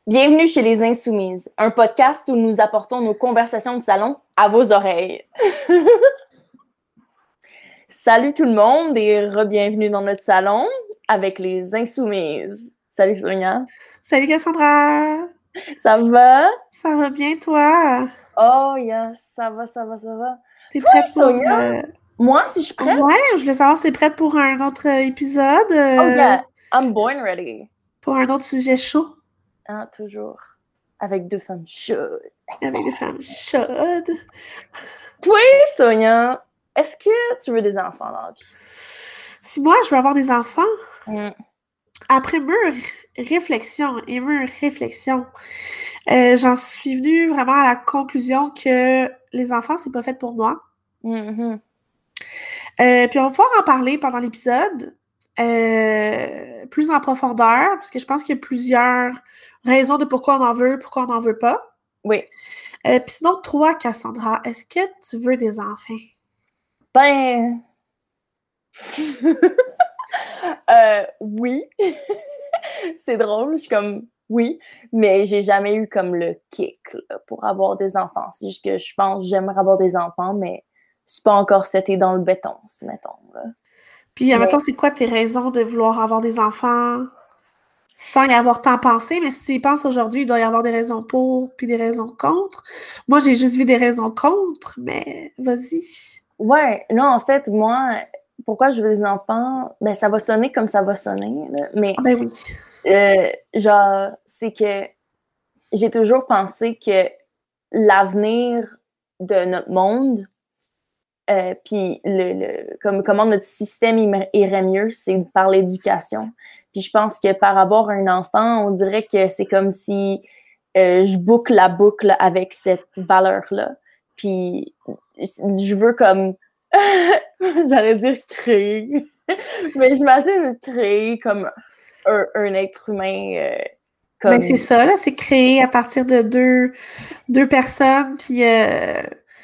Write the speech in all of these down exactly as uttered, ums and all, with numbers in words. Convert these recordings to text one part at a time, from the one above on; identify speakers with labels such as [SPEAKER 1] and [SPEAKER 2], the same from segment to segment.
[SPEAKER 1] Bienvenue chez Les Insoumises, un podcast où nous apportons nos conversations de salon à vos oreilles. Salut tout le monde et re-bienvenue dans notre salon avec Les Insoumises. Salut Sonia.
[SPEAKER 2] Salut Cassandra!
[SPEAKER 1] Ça va?
[SPEAKER 2] Ça va bien, toi?
[SPEAKER 1] Oh yes, ça va, ça va, ça va.
[SPEAKER 2] T'es
[SPEAKER 1] Toi,
[SPEAKER 2] prête pour...
[SPEAKER 1] Sonia?
[SPEAKER 2] euh,
[SPEAKER 1] Moi, si je suis prête?
[SPEAKER 2] Ouais, je voulais savoir si t'es prête pour un autre euh, épisode, euh,
[SPEAKER 1] Oh yeah, I'm born ready.
[SPEAKER 2] pour un autre sujet chaud,
[SPEAKER 1] Hein, toujours. Avec deux femmes chaudes.
[SPEAKER 2] avec des femmes chaudes.
[SPEAKER 1] Toi, Sonia, est-ce que tu veux des enfants dans la vie?
[SPEAKER 2] Si moi, je veux avoir des enfants,
[SPEAKER 1] Mm.
[SPEAKER 2] après mûre réflexion et mûre réflexion, euh, j'en suis venue vraiment à la conclusion que les enfants, c'est pas fait pour moi.
[SPEAKER 1] Mm-hmm.
[SPEAKER 2] Euh, puis on va pouvoir en parler pendant l'épisode, euh, plus en profondeur, parce que je pense qu'il y a plusieurs raisons de pourquoi on en veut, pourquoi on n'en veut pas.
[SPEAKER 1] Oui.
[SPEAKER 2] Euh, puis sinon, toi, Cassandra, est-ce que tu veux des enfants?
[SPEAKER 1] Ben... euh, oui. C'est drôle, je suis comme... Oui, mais j'ai jamais eu comme le kick là, pour avoir des enfants. C'est juste que je pense que j'aimerais avoir des enfants, mais c'est pas encore seté dans le béton, mettons. Là.
[SPEAKER 2] Puis,
[SPEAKER 1] Mais...
[SPEAKER 2] admettons, c'est quoi tes raisons de vouloir avoir des enfants sans y avoir tant pensé? Mais si tu y penses aujourd'hui, il doit y avoir des raisons pour puis des raisons contre. Moi, j'ai juste vu des raisons contre, mais vas-y.
[SPEAKER 1] Ouais, non, en fait, moi, pourquoi je veux des enfants? Ben, ça va sonner comme ça va sonner, là, mais...
[SPEAKER 2] Ah ben oui.
[SPEAKER 1] Euh, genre, c'est que j'ai toujours pensé que l'avenir de notre monde, euh, puis le, le, comme, comment notre système irait mieux, c'est par l'éducation. Puis je pense que par avoir un enfant, on dirait que c'est comme si euh, je boucle la boucle avec cette valeur-là. Puis je veux comme... J'allais dire créer. Mais j'imagine créer comme un, un être humain... Euh,
[SPEAKER 2] Ben
[SPEAKER 1] comme...
[SPEAKER 2] c'est ça, là, c'est créé à partir de deux, deux personnes, puis euh,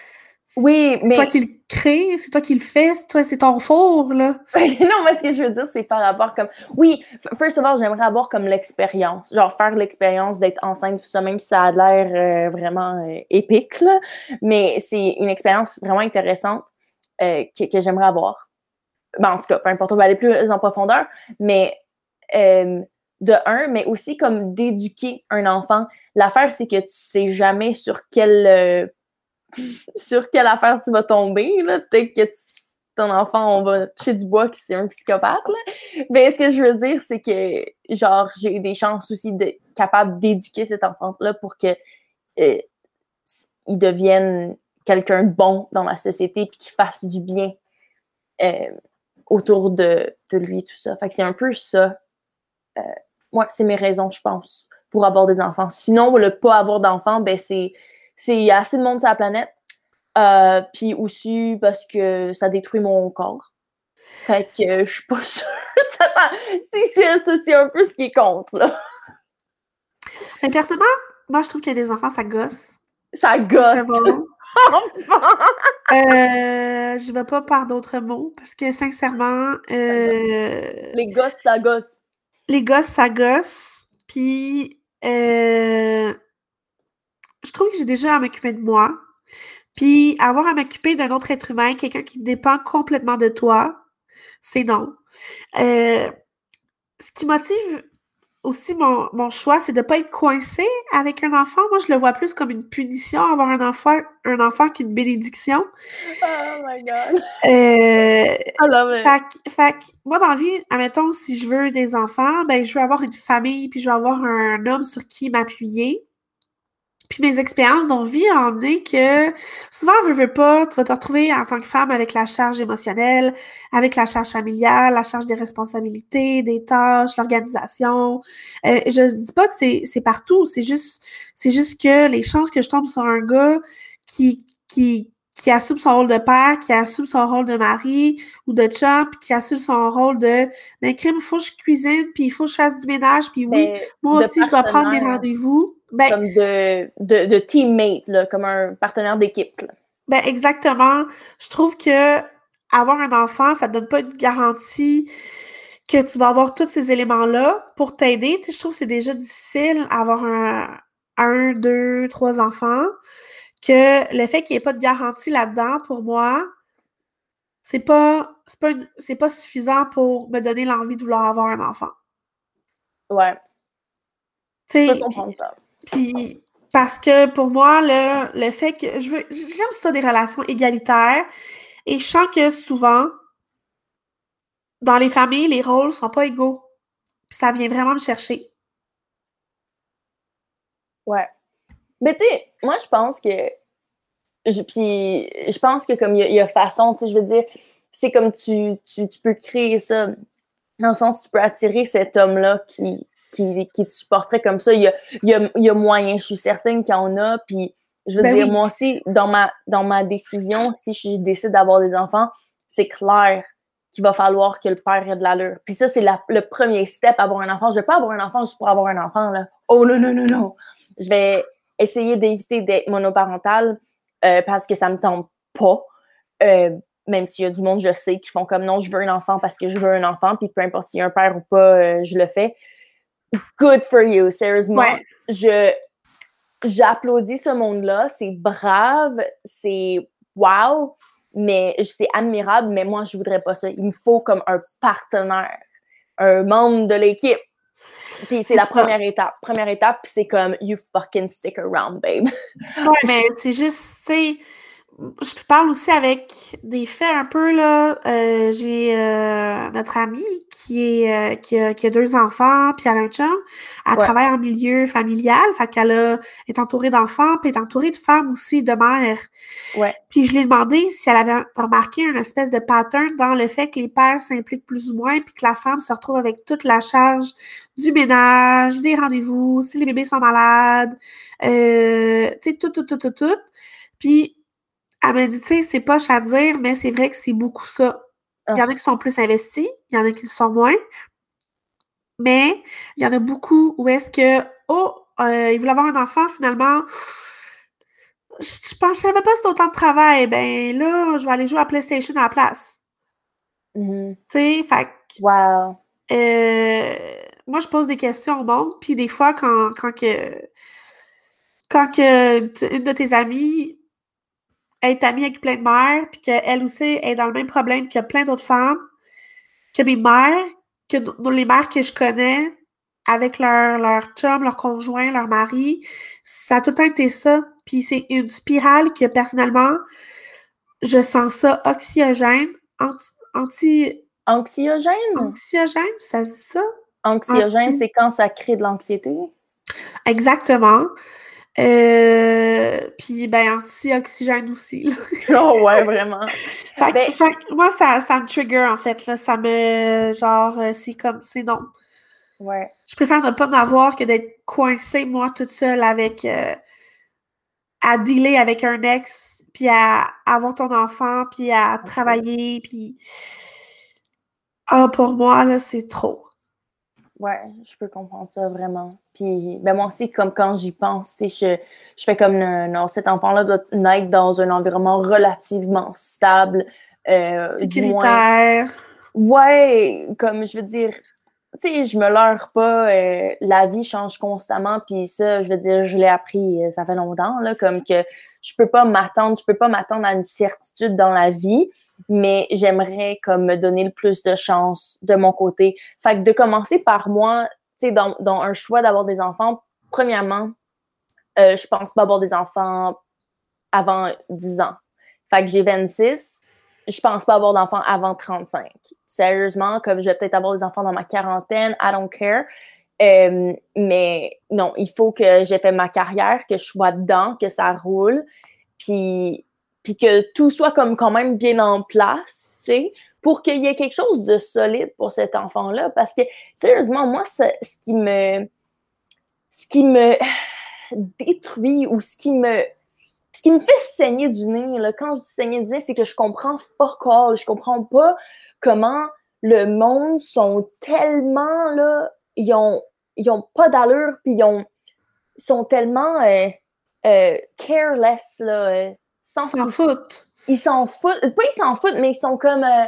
[SPEAKER 1] Oui,
[SPEAKER 2] c'est
[SPEAKER 1] mais...
[SPEAKER 2] toi qui le crée, c'est toi qui le fais, c'est toi, c'est ton four, là.
[SPEAKER 1] non, mais ce que je veux dire, c'est par rapport comme... Oui, first of all, j'aimerais avoir comme l'expérience, genre faire l'expérience d'être enceinte, tout ça, même si ça a l'air euh, vraiment euh, épique, là, mais c'est une expérience vraiment intéressante euh, que, que j'aimerais avoir. Ben, en tout cas, peu importe, on va aller plus en profondeur, mais euh, de un, mais aussi comme d'éduquer un enfant. L'affaire, c'est que tu sais jamais sur quelle, euh, sur quelle affaire tu vas tomber, là. Peut-être que tu, ton enfant, on va toucher du bois que c'est un psychopathe, là. Mais ce que je veux dire, c'est que, genre, j'ai eu des chances aussi de capable d'éduquer cet enfant-là pour que euh, il devienne quelqu'un de bon dans la société puis qu'il fasse du bien euh, autour de, de lui, tout ça. Fait que c'est un peu ça. Euh, ouais, c'est mes raisons, je pense, pour avoir des enfants. Sinon, le pas avoir d'enfants, ben c'est il y a assez de monde sur la planète. Euh, puis aussi parce que ça détruit mon corps. Fait que euh, je suis pas sûre. ça, c'est, ça, c'est un peu ce qui est contre, là.
[SPEAKER 2] Mais personnellement, moi, je trouve qu'il y a des enfants, ça gosse.
[SPEAKER 1] Ça gosse.
[SPEAKER 2] Bon.
[SPEAKER 1] Enfin!
[SPEAKER 2] Euh, je vais pas par d'autres mots, parce que sincèrement, euh,
[SPEAKER 1] Les gosses, ça gosse.
[SPEAKER 2] les gosses, ça gosse, puis euh, je trouve que j'ai déjà à m'occuper de moi. Puis avoir à m'occuper d'un autre être humain, quelqu'un qui dépend complètement de toi, c'est non. Euh, ce qui motive aussi mon, mon choix, c'est de ne pas être coincé avec un enfant. Moi, je le vois plus comme une punition, avoir un enfant, un enfant qu'une bénédiction.
[SPEAKER 1] Oh my God.
[SPEAKER 2] Euh,
[SPEAKER 1] I love it.
[SPEAKER 2] Fait, que- fait que moi, dans la vie, admettons, si je veux des enfants, ben, je veux avoir une famille, puis je veux avoir un homme sur qui m'appuyer. Puis mes expériences de vie ont amené que souvent, veux, veux pas, tu vas te retrouver en tant que femme avec la charge émotionnelle, avec la charge familiale, la charge des responsabilités, des tâches, l'organisation. Euh, je dis pas que c'est, c'est partout, c'est juste, c'est juste que les chances que je tombe sur un gars qui, qui, qui assume son rôle de père, qui assume son rôle de mari ou de chum, puis qui assume son rôle de ben crime, il faut que je cuisine, puis il faut que je fasse du ménage, puis oui,
[SPEAKER 1] Mais
[SPEAKER 2] moi
[SPEAKER 1] de
[SPEAKER 2] aussi, je dois prendre des
[SPEAKER 1] partenaire,
[SPEAKER 2] rendez-vous. Ben,
[SPEAKER 1] comme de, de, de teammate, là, comme un partenaire d'équipe. Là.
[SPEAKER 2] ben exactement. Je trouve que avoir un enfant, ça ne donne pas une garantie que tu vas avoir tous ces éléments-là pour t'aider. Tu sais, je trouve que c'est déjà difficile avoir un, un, deux, trois enfants, que le fait qu'il n'y ait pas de garantie là-dedans, pour moi, c'est pas, c'est pas, une- c'est pas suffisant pour me donner l'envie de vouloir avoir un enfant.
[SPEAKER 1] Ouais,
[SPEAKER 2] Tu
[SPEAKER 1] je peux
[SPEAKER 2] sais, puis,
[SPEAKER 1] comprendre ça.
[SPEAKER 2] puis parce que pour moi, le, le fait que je veux, j'aime ça des relations égalitaires et je sens que souvent, dans les familles, les rôles sont pas égaux. Puis ça vient vraiment me chercher.
[SPEAKER 1] Ouais. Mais tu sais, moi, je pense que. Je, puis, je pense que comme il y, a- il y a façon, tu sais, je veux dire, c'est comme tu, tu, tu peux créer ça. Dans le sens, tu peux attirer cet homme-là qui, qui, qui te supporterait comme ça. Il y a, il y a, il y a moyen, je suis certaine qu'il y en a. Puis, je veux
[SPEAKER 2] Ben
[SPEAKER 1] dire,
[SPEAKER 2] oui.
[SPEAKER 1] moi aussi, dans ma, dans ma décision, si je décide d'avoir des enfants, c'est clair qu'il va falloir que le père ait de l'allure. Puis ça, c'est la, le premier step à avoir un enfant. Je vais pas avoir un enfant juste pour avoir un enfant, là. Oh non, non, non, non. Je vais essayer d'éviter d'être monoparentale euh, parce que ça me tente pas. Euh, même s'il y a du monde, je sais, qui font comme non, je veux un enfant parce que je veux un enfant, puis peu importe s'il y a un père ou pas, euh, je le fais. Good for you, sérieusement.
[SPEAKER 2] Ouais.
[SPEAKER 1] Je, j'applaudis ce monde-là, c'est brave, c'est wow, mais c'est admirable, mais moi, je voudrais pas ça. Il me faut comme un partenaire, un membre de l'équipe. Puis c'est,
[SPEAKER 2] C'est
[SPEAKER 1] la
[SPEAKER 2] ça.
[SPEAKER 1] première étape. Première étape, puis c'est comme you fucking stick around, babe.
[SPEAKER 2] Ouais, mais c'est juste, tu sais, je parle aussi avec des faits un peu, là. Euh, j'ai euh, notre amie qui est euh, qui a, qui a deux enfants, puis elle a un chum. Elle
[SPEAKER 1] Ouais.
[SPEAKER 2] travaille en milieu familial, fait qu'elle a, est entourée d'enfants, puis est entourée de femmes aussi, de mères.
[SPEAKER 1] Ouais.
[SPEAKER 2] Puis je lui ai demandé si elle avait remarqué une espèce de pattern dans le fait que les pères s'impliquent plus ou moins, puis que la femme se retrouve avec toute la charge du ménage, des rendez-vous, si les bébés sont malades, euh, tu sais, tout, tout, tout, tout, tout. Puis elle m'a dit, tu sais, c'est poche à dire, mais c'est vrai que c'est beaucoup ça. Il y en a qui sont plus investis, il y en a qui le sont moins, mais il y en a beaucoup où est-ce que, oh, euh, ils voulaient avoir un enfant, finalement, je, je pensais même pas que c'était autant de travail. Ben là, je vais aller jouer à PlayStation à la place.
[SPEAKER 1] Mm-hmm.
[SPEAKER 2] Tu sais, fait que,
[SPEAKER 1] Wow.
[SPEAKER 2] euh, moi, je pose des questions au monde, puis des fois, quand, quand que, quand que t- une de tes amies est amie avec plein de mères, puis qu'elle aussi est dans le même problème que plein d'autres femmes, que mes mères, que n- les mères que je connais, avec leur, leur chum, leur conjoint, leur mari, ça a tout le temps été ça. Puis c'est une spirale que, personnellement, je sens ça oxygène, anti, anti,
[SPEAKER 1] Anxiogène?
[SPEAKER 2] anxiogène, ça se dit ça?
[SPEAKER 1] Anxiogène,
[SPEAKER 2] Anti,
[SPEAKER 1] c'est quand ça crée de l'anxiété?
[SPEAKER 2] exactement. Euh, puis, ben, anti-oxygène aussi, là.
[SPEAKER 1] Oh ouais, vraiment.
[SPEAKER 2] Fait,
[SPEAKER 1] Ben,
[SPEAKER 2] que- fait que moi, ça, ça me trigger, en fait, là. Ça me, genre, euh, c'est comme, c'est non.
[SPEAKER 1] ouais.
[SPEAKER 2] Je préfère ne pas en avoir que d'être coincée, moi, toute seule avec, euh, à dealer avec un ex, puis à avoir ton enfant, puis à travailler, puis... Ah, pour moi, là, c'est trop.
[SPEAKER 1] Ouais, je peux comprendre ça vraiment. Puis, ben moi aussi, comme quand j'y pense, tu sais, je, je fais comme, non, non, cet enfant-là doit naître dans un environnement relativement stable, euh, du moins.
[SPEAKER 2] Sécuritaire.
[SPEAKER 1] Ouais, comme je veux dire, tu sais, je me leurre pas, euh, la vie change constamment, puis ça, je veux dire, je l'ai appris, euh, ça fait longtemps, là, comme que je peux pas m'attendre, je peux pas m'attendre à une certitude dans la vie, mais j'aimerais comme me donner le plus de chance de mon côté. Fait que de commencer par moi, tu sais, dans, dans un choix d'avoir des enfants, premièrement, euh, je pense pas avoir des enfants avant dix ans. Fait que j'ai vingt-six, je pense pas avoir d'enfants avant trente-cinq. Sérieusement, comme je vais peut-être avoir des enfants dans ma quarantaine, I don't care. Euh, mais non, il faut que j'ai fait ma carrière, que je sois dedans, que ça roule, puis, puis que tout soit comme quand même bien en place, tu sais, pour qu'il y ait quelque chose de solide pour cet enfant-là. Parce que, sérieusement, moi, ce qui me... Ce qui me détruit ou ce qui me ce qui me fait saigner du nez, là, quand je dis saigner du nez, c'est que je comprends fuck all. Je comprends pas comment le monde sont tellement, là, ils ont, ils ont pas d'allure, puis ils ont, ils sont tellement euh, euh, careless, là, euh, sans
[SPEAKER 2] S'en
[SPEAKER 1] souci.
[SPEAKER 2] foutent.
[SPEAKER 1] Ils s'en foutent, pas ils s'en foutent, mais ils sont comme, euh,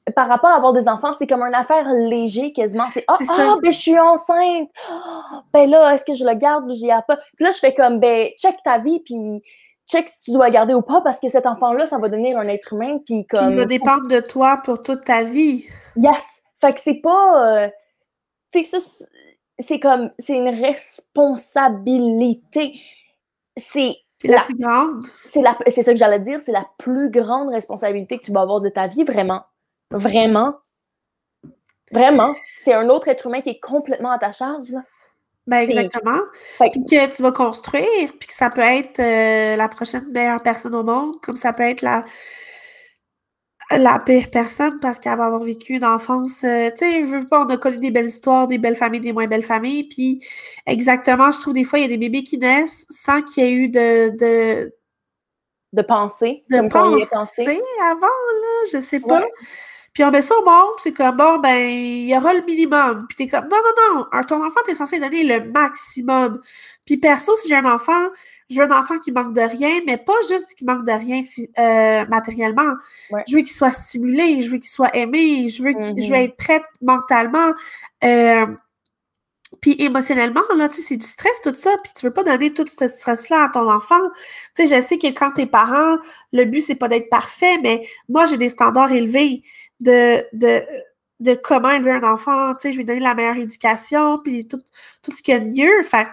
[SPEAKER 1] par rapport à avoir des enfants, c'est comme une affaire léger quasiment. C'est « Ah,
[SPEAKER 2] C'est
[SPEAKER 1] oh,
[SPEAKER 2] ça.
[SPEAKER 1] oh, ben je suis enceinte! Oh, ben là, est-ce que je le garde ou j'y ai pas? » Puis là, je fais comme « Ben, check ta vie, puis check si tu dois garder ou pas, parce que cet enfant-là, ça va devenir un être humain, puis
[SPEAKER 2] Puis il va
[SPEAKER 1] comme... »
[SPEAKER 2] dépendre de toi pour toute ta vie.
[SPEAKER 1] Yes! Fait que c'est pas... Euh, tu sais, ça, c'est comme... C'est une responsabilité. C'est...
[SPEAKER 2] Puis la, la plus grande.
[SPEAKER 1] C'est, la, c'est ça que j'allais dire, c'est la plus grande responsabilité que tu vas avoir de ta vie, vraiment. Vraiment. Vraiment. C'est un autre être humain qui est complètement à ta charge, là.
[SPEAKER 2] Ben exactement.
[SPEAKER 1] Fait...
[SPEAKER 2] Puis que tu vas construire, puis que ça peut être euh, la prochaine meilleure personne au monde, comme ça peut être la la pire personne parce qu'elle va avoir vécu une enfance, euh, tu sais, je veux pas, on a connu des belles histoires, des belles familles, des moins belles familles, puis exactement, je trouve des fois, il y a des bébés qui naissent sans qu'il y ait eu de... de,
[SPEAKER 1] de pensée,
[SPEAKER 2] de
[SPEAKER 1] comme
[SPEAKER 2] pensée
[SPEAKER 1] qu'on y ait pensé
[SPEAKER 2] avant, là, je sais pas.
[SPEAKER 1] Ouais.
[SPEAKER 2] Puis on met ça au monde, c'est comme, bon, ben, il y aura le minimum. Puis t'es comme, non, non, non, un, ton enfant, t'es censé donner le maximum. Puis perso, si j'ai un enfant, je veux un enfant qui manque de rien, mais pas juste qui manque de rien euh, matériellement.
[SPEAKER 1] Ouais.
[SPEAKER 2] Je veux qu'il soit stimulé, je veux qu'il soit aimé, je veux,
[SPEAKER 1] mm-hmm.
[SPEAKER 2] je veux être prête mentalement, euh, puis émotionnellement, là, tu sais, c'est du stress, tout ça, puis tu veux pas donner tout ce stress-là à ton enfant. Tu sais, je sais que quand t'es parent, le but, c'est pas d'être parfait, mais moi, j'ai des standards élevés de, de, de comment élever un enfant. Tu sais, je vais donner la meilleure éducation, puis tout, tout ce qu'il y a de mieux. Fait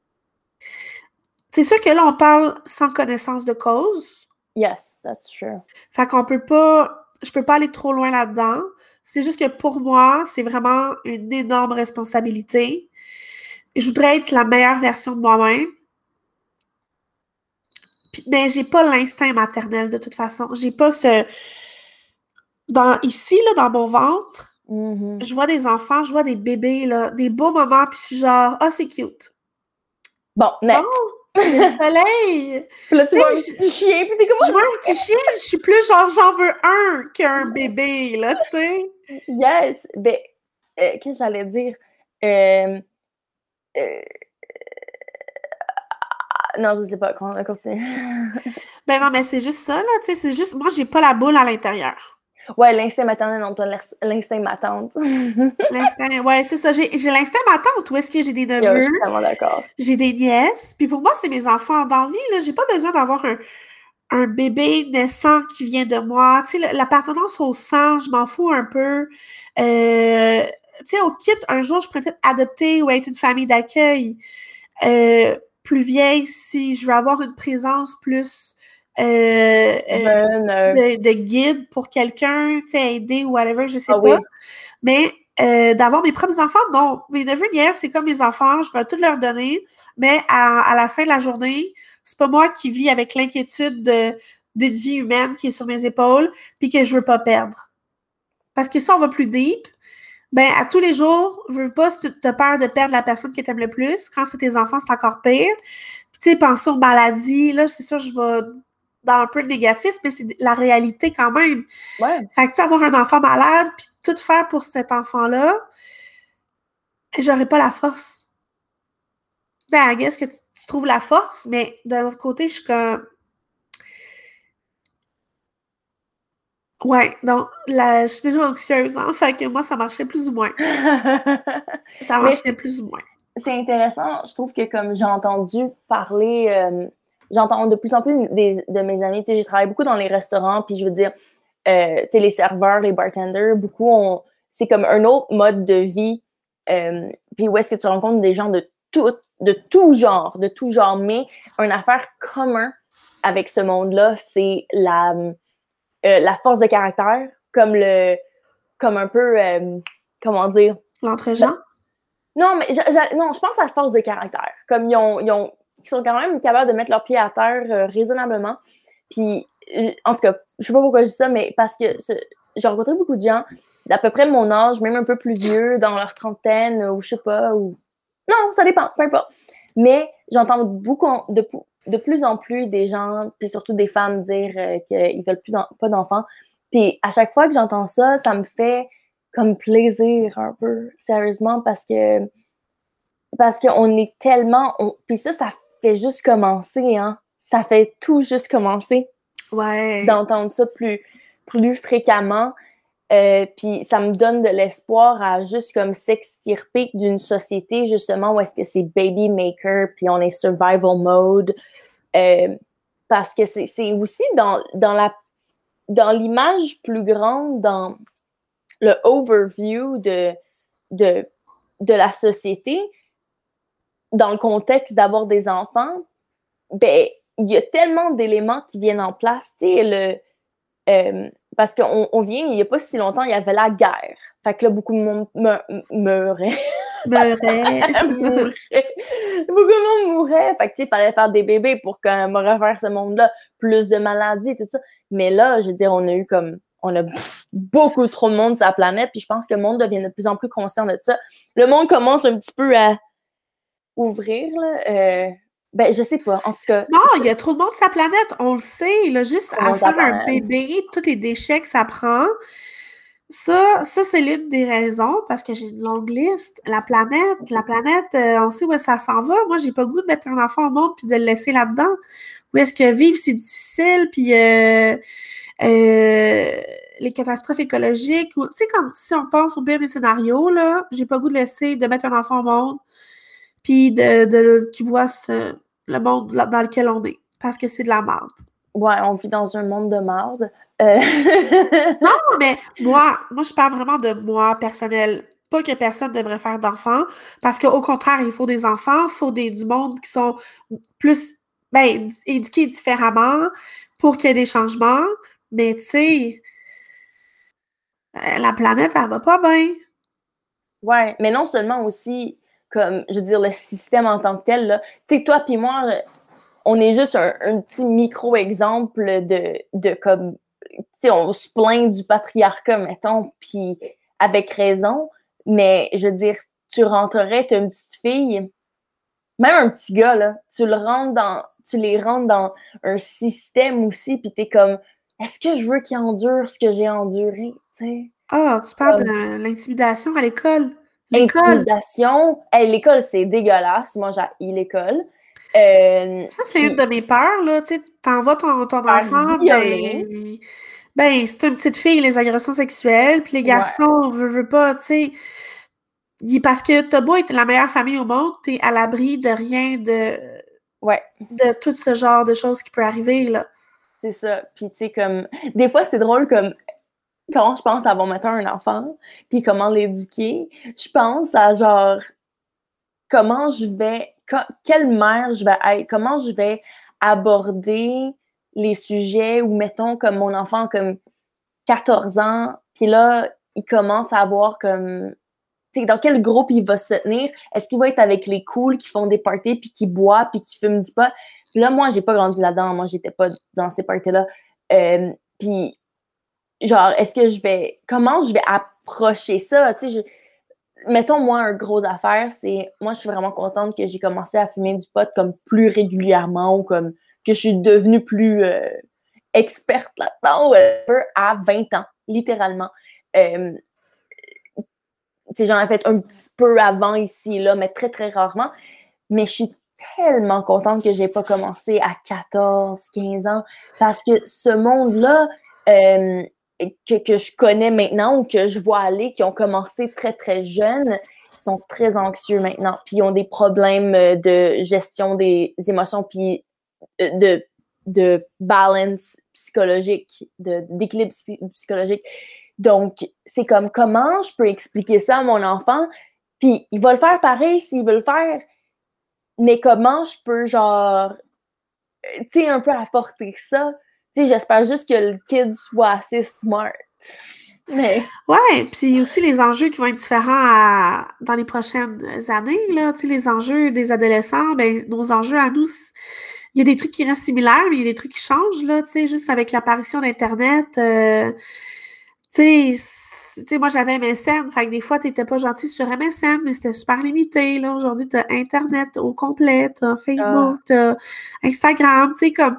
[SPEAKER 2] c'est sûr que là, on parle sans connaissance de cause.
[SPEAKER 1] Yes, that's true.
[SPEAKER 2] Fait qu'on peut pas... Je peux pas aller trop loin là-dedans. C'est juste que pour moi, c'est vraiment une énorme responsabilité. Je voudrais être la meilleure version de moi-même. Puis, mais j'ai pas l'instinct maternel de toute façon. J'ai pas ce... Dans, ici, là, dans mon ventre,
[SPEAKER 1] mm-hmm.
[SPEAKER 2] je vois des enfants, je vois des bébés, là, des beaux moments, puis je suis genre, ah, oh, c'est cute.
[SPEAKER 1] Bon, next.
[SPEAKER 2] Bon, il y a le soleil.
[SPEAKER 1] Puis là, tu vois un petit chien, puis t'es comme...
[SPEAKER 2] Je vois un petit chien, je suis plus genre, j'en veux un qu'un bébé, là, tu sais.
[SPEAKER 1] Yes. Ben, euh, qu'est-ce que j'allais dire? Euh... Euh... Non, je sais pas. Continue.
[SPEAKER 2] Ben non, mais c'est juste ça, là, tu sais, c'est juste... Moi, j'ai pas la boule à l'intérieur.
[SPEAKER 1] Ouais, l'instinct maternel, on t'a l'instinct matante.
[SPEAKER 2] L'instinct, ouais, c'est ça. J'ai, j'ai l'instinct matante. Où est-ce que j'ai des neveux?
[SPEAKER 1] Yo, je suis tellement d'accord.
[SPEAKER 2] J'ai des nièces. Puis pour moi, c'est mes enfants d'envie, là. J'ai pas besoin d'avoir un, un bébé naissant qui vient de moi. Tu sais, l'appartenance au sang, je m'en fous un peu. Euh, tu sais, au kit, un jour, je pourrais peut-être adopter ou être une famille d'accueil euh, plus vieille si je veux avoir une présence plus... Euh,
[SPEAKER 1] Jeune, euh...
[SPEAKER 2] de, de guide pour quelqu'un, tu sais, aider ou whatever, je sais
[SPEAKER 1] ah,
[SPEAKER 2] pas.
[SPEAKER 1] Oui.
[SPEAKER 2] Mais euh, d'avoir mes propres enfants, non. Mes neveux, nièces, c'est comme mes enfants, je vais tout leur donner, mais à, à la fin de la journée, c'est pas moi qui vis avec l'inquiétude de, d'une vie humaine qui est sur mes épaules, puis que je veux pas perdre. Parce que si on va plus deep, ben à tous les jours, je veux pas, si tu as peur de perdre la personne que tu aimes le plus, quand c'est tes enfants, c'est encore pire. Puis tu sais, penser aux maladies, là, c'est sûr, je vais... dans un peu le négatif, mais c'est la réalité quand même.
[SPEAKER 1] Ouais.
[SPEAKER 2] Fait que tu sais, avoir un enfant malade, puis tout faire pour cet enfant-là, j'aurais pas la force. Ben, I guess que tu, tu trouves la force, mais de l'autre côté, je suis comme... Ouais, donc, la, je suis déjà anxieuse, hein, fait que moi, ça marcherait plus ou moins. Ça marcherait plus ou moins.
[SPEAKER 1] C'est intéressant, je trouve que comme j'ai entendu parler... Euh... J'entends de plus en plus des, de mes amis, tu sais, j'ai travaillé beaucoup dans les restaurants, puis je veux dire, euh, tu sais, les serveurs, les bartenders, beaucoup ont, c'est comme un autre mode de vie, euh, puis où est-ce que tu rencontres des gens de tout, de tout genre, de tout genre, mais une affaire commune avec ce monde-là, c'est la, euh, la force de caractère, comme le, comme un peu, euh, comment dire?
[SPEAKER 2] L'entre-gens?
[SPEAKER 1] Non, mais je, je, non, je pense à la force de caractère, comme ils ont, ils ont qui sont quand même capables de mettre leurs pieds à terre euh, raisonnablement. Puis, euh, en tout cas, je sais pas pourquoi je dis ça, mais parce que ce, j'ai rencontré beaucoup de gens d'à peu près de mon âge, même un peu plus vieux, dans leur trentaine, ou je sais pas, ou... Non, ça dépend, peu importe. Mais j'entends beaucoup, de, de plus en plus des gens, puis surtout des femmes dire euh, qu'ils veulent plus pas d'enfants. Puis à chaque fois que j'entends ça, ça me fait comme plaisir un peu, sérieusement, parce que parce qu'on est tellement... On, puis ça, ça fait juste commencer, hein. Ça fait tout juste commencer.
[SPEAKER 2] Ouais.
[SPEAKER 1] D'entendre ça plus, plus fréquemment. Euh, puis ça me donne de l'espoir à juste comme s'extirper d'une société justement où est-ce que c'est baby maker puis on est survival mode. Euh, parce que c'est, c'est aussi dans, dans la dans l'image plus grande, dans le overview de, de, de la société, dans le contexte d'avoir des enfants, ben, il y a tellement d'éléments qui viennent en place. Tu sais, le, euh, parce qu'on on vient, il n'y a pas si longtemps, il y avait la guerre. Fait que là, beaucoup de monde me- meurait.
[SPEAKER 2] Meurait.
[SPEAKER 1] mourait. Beaucoup de monde mourait. Fait que, tu sais, il fallait faire des bébés pour qu'on me refaire ce monde-là. Plus de maladies, tout ça. Mais là, je veux dire, on a eu comme... On a beaucoup trop de monde sur la planète, puis je pense que le monde devient de plus en plus conscient de ça. Le monde commence un petit peu à ouvrir, là. Euh, ben, je sais pas, en tout cas.
[SPEAKER 2] Non, il y a trop de monde sur la planète, on le sait. Là, juste à faire un bébé, tous les déchets que ça prend, ça, ça c'est l'une des raisons, parce que j'ai une longue liste. La planète, la planète, euh, on sait où ça s'en va. Moi, j'ai pas le goût de mettre un enfant au monde puis de le laisser là-dedans. Où est-ce que vivre, c'est difficile, puis euh, euh, les catastrophes écologiques, tu sais, comme si on pense au pire des scénarios, là, j'ai pas le goût de laisser, de mettre un enfant au monde, puis de, de, qui voit ce, le monde dans lequel on est, parce que c'est de la merde.
[SPEAKER 1] Ouais, on vit dans un monde de merde. Euh...
[SPEAKER 2] non, mais moi, moi, je parle vraiment de moi, personnel. Pas que personne devrait faire d'enfants, parce qu'au contraire, il faut des enfants, il faut des, du monde qui sont plus ben, éduqués différemment pour qu'il y ait des changements. Mais tu sais, la planète, elle va pas bien.
[SPEAKER 1] Ouais, mais non seulement aussi, comme, je veux dire, le système en tant que tel, là. Tu sais, toi puis moi, on est juste un, un petit micro-exemple de, de comme, tu sais, on se plaint du patriarcat, mettons, puis avec raison, mais je veux dire, tu rentrerais, tu as une petite fille, même un petit gars, là, tu le rentres dans, tu les rentres dans un système aussi, puis t'es comme, est-ce que je veux qu'ils endurent ce que j'ai enduré, tu sais?
[SPEAKER 2] Ah, tu parles
[SPEAKER 1] Comme,
[SPEAKER 2] de l'intimidation à l'école. L'école.
[SPEAKER 1] intimidation. Hey, l'école, c'est dégueulasse. Moi, j'ai l'école. Euh,
[SPEAKER 2] Ça, c'est une
[SPEAKER 1] puis,
[SPEAKER 2] de mes peurs, là. Tu sais, t'envoies ton, ton
[SPEAKER 1] faire
[SPEAKER 2] enfant,
[SPEAKER 1] violer.
[SPEAKER 2] ben, ben, c'est une petite fille, les agressions sexuelles, puis les
[SPEAKER 1] Ouais.
[SPEAKER 2] garçons, on veut, veut pas, tu sais. il- Parce que t'as beau être la meilleure famille au monde, t'es à l'abri de rien de,
[SPEAKER 1] Ouais,
[SPEAKER 2] de tout ce genre de choses qui peut arriver, là.
[SPEAKER 1] c'est ça. Puis, tu sais, comme, des fois, c'est drôle, comme, quand je pense à, bon, mettons, un enfant, puis comment l'éduquer, je pense à, genre, comment je vais, co- quelle mère je vais être, comment je vais aborder les sujets où, mettons, comme mon enfant, comme quatorze ans, puis là, il commence à avoir comme, tu sais, dans quel groupe il va se tenir. Est-ce qu'il va être avec les cools qui font des parties, puis qui boivent, puis qui fument du pot? Puis là, moi, j'ai pas grandi là-dedans. Moi, j'étais pas dans ces parties-là. Euh, puis, genre, est-ce que je vais... Comment je vais approcher ça? Tu sais, je- mettons, moi, un gros affaire, c'est... Moi, je suis vraiment contente que j'ai commencé à fumer du pot comme plus régulièrement ou comme que je suis devenue plus euh, experte là-dedans ou whatever, à vingt ans, littéralement. Euh, tu sais, j'en ai fait un petit peu avant ici et là, mais très, très rarement. Mais je suis tellement contente que j'ai pas commencé à quatorze, quinze ans parce que ce monde-là euh, que, que je connais maintenant ou que je vois aller, qui ont commencé très, très jeunes, ils sont très anxieux maintenant. Puis ils ont des problèmes de gestion des émotions puis de, de balance psychologique, de, d'équilibre psychologique. Donc, c'est comme comment je peux expliquer ça à mon enfant, puis il va le faire pareil s'il veut le faire, mais comment je peux, genre, tu sais, un peu apporter ça. Tu sais, j'espère juste que le kid soit assez smart. Mais...
[SPEAKER 2] Ouais, puis aussi les enjeux qui vont être différents à- dans les prochaines années, là. Tu sais, les enjeux des adolescents, ben, nos enjeux à nous, il y a des trucs qui restent similaires, mais il y a des trucs qui changent, là, tu sais, juste avec l'apparition d'Internet. Euh, tu sais, moi, j'avais M S N, fait que des fois, t'étais pas gentil sur M S N, mais c'était super limité, là. Aujourd'hui, t'as Internet au complet, t'as
[SPEAKER 1] Ah.
[SPEAKER 2] Facebook, t'as Instagram, tu sais, comme...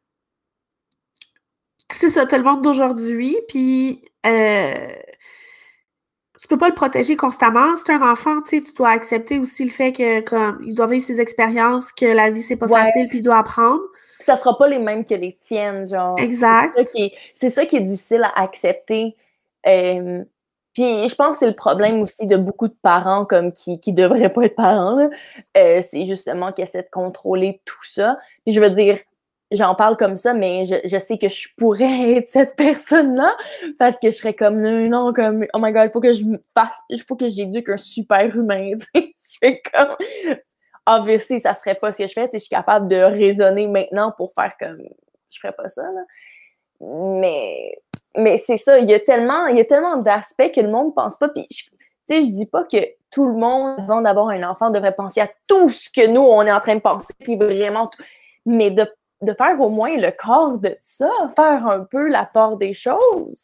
[SPEAKER 2] C'est ça, t'as le monde d'aujourd'hui, puis... Euh, tu peux pas le protéger constamment. C'est un enfant, tu sais, tu dois accepter aussi le fait que, comme, il doit vivre ses expériences, que la vie, c'est pas
[SPEAKER 1] Ouais.
[SPEAKER 2] facile, puis il doit apprendre.
[SPEAKER 1] Ça sera pas les mêmes que les tiennes, genre. C'est ça
[SPEAKER 2] Exact.
[SPEAKER 1] qui est, c'est ça qui est difficile à accepter. Euh, puis je pense que c'est le problème aussi de beaucoup de parents comme qui qui devraient pas être parents, là. Euh, c'est justement qu'ils essaient de contrôler tout ça. Puis je veux dire, j'en parle comme ça, mais je, je sais que je pourrais être cette personne-là parce que je serais comme non, non, comme oh my god, il faut que je me fasse, il faut que j'éduque un super humain, tu sais. Je fais comme obviously, ça serait pas ce que je fais, tu sais, je suis capable de raisonner maintenant pour faire comme je ferais pas ça, là. Mais mais c'est ça, il y a tellement il y a tellement d'aspects que le monde pense pas, puis tu sais, je dis pas que tout le monde avant d'avoir un enfant devrait penser à tout ce que nous on est en train de penser, puis vraiment tout, mais de de faire au moins le corps de ça, faire un peu la part des choses.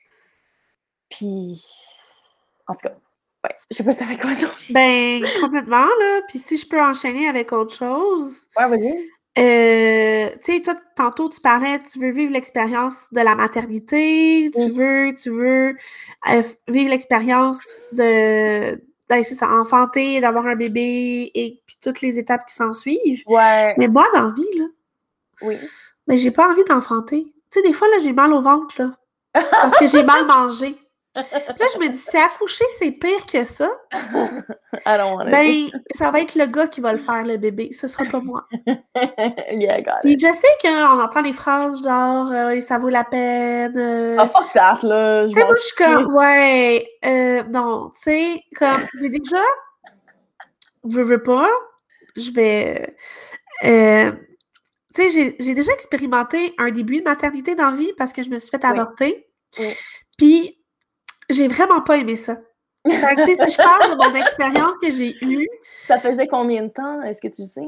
[SPEAKER 1] Puis en tout cas, ouais, je sais pas si t'avais quoi d'autre.
[SPEAKER 2] Ben, complètement, là. Puis si je peux enchaîner avec autre chose.
[SPEAKER 1] Ouais, vas-y.
[SPEAKER 2] Euh, tu sais, toi, tantôt, tu parlais, tu veux vivre l'expérience de la maternité, tu
[SPEAKER 1] Oui.
[SPEAKER 2] veux, tu veux euh, vivre l'expérience de, ben, c'est ça, enfanter, d'avoir un bébé et puis toutes les étapes qui s'en suivent.
[SPEAKER 1] Ouais.
[SPEAKER 2] Mais moi, dans la vie, là,
[SPEAKER 1] Oui.
[SPEAKER 2] ben, j'ai pas envie d'enfanter. Tu sais, des fois, là, j'ai mal au ventre, là, parce que j'ai mal mangé. Puis là, je me dis, si accoucher, c'est pire que ça,
[SPEAKER 1] Allons,
[SPEAKER 2] ben, ça va être le gars qui va le faire, le bébé. Ce sera pas moi.
[SPEAKER 1] Yeah, got
[SPEAKER 2] Puis
[SPEAKER 1] it.
[SPEAKER 2] je sais qu'on entend des phrases genre euh, ça vaut la peine. Euh...
[SPEAKER 1] Ah, fuck that, là.
[SPEAKER 2] Tu sais, moi, je suis comme, ouais, euh, non, tu sais, comme, j'ai déjà, veux, veux pas, je vais, euh, tu sais, j'ai, j'ai déjà expérimenté un début de maternité dans la vie parce que je me suis fait
[SPEAKER 1] Oui.
[SPEAKER 2] avorter.
[SPEAKER 1] Oui.
[SPEAKER 2] Puis, j'ai vraiment pas aimé ça. Fait que, tu sais, si je parle de mon expérience que j'ai eue.
[SPEAKER 1] Ça faisait combien de temps, est-ce que tu sais?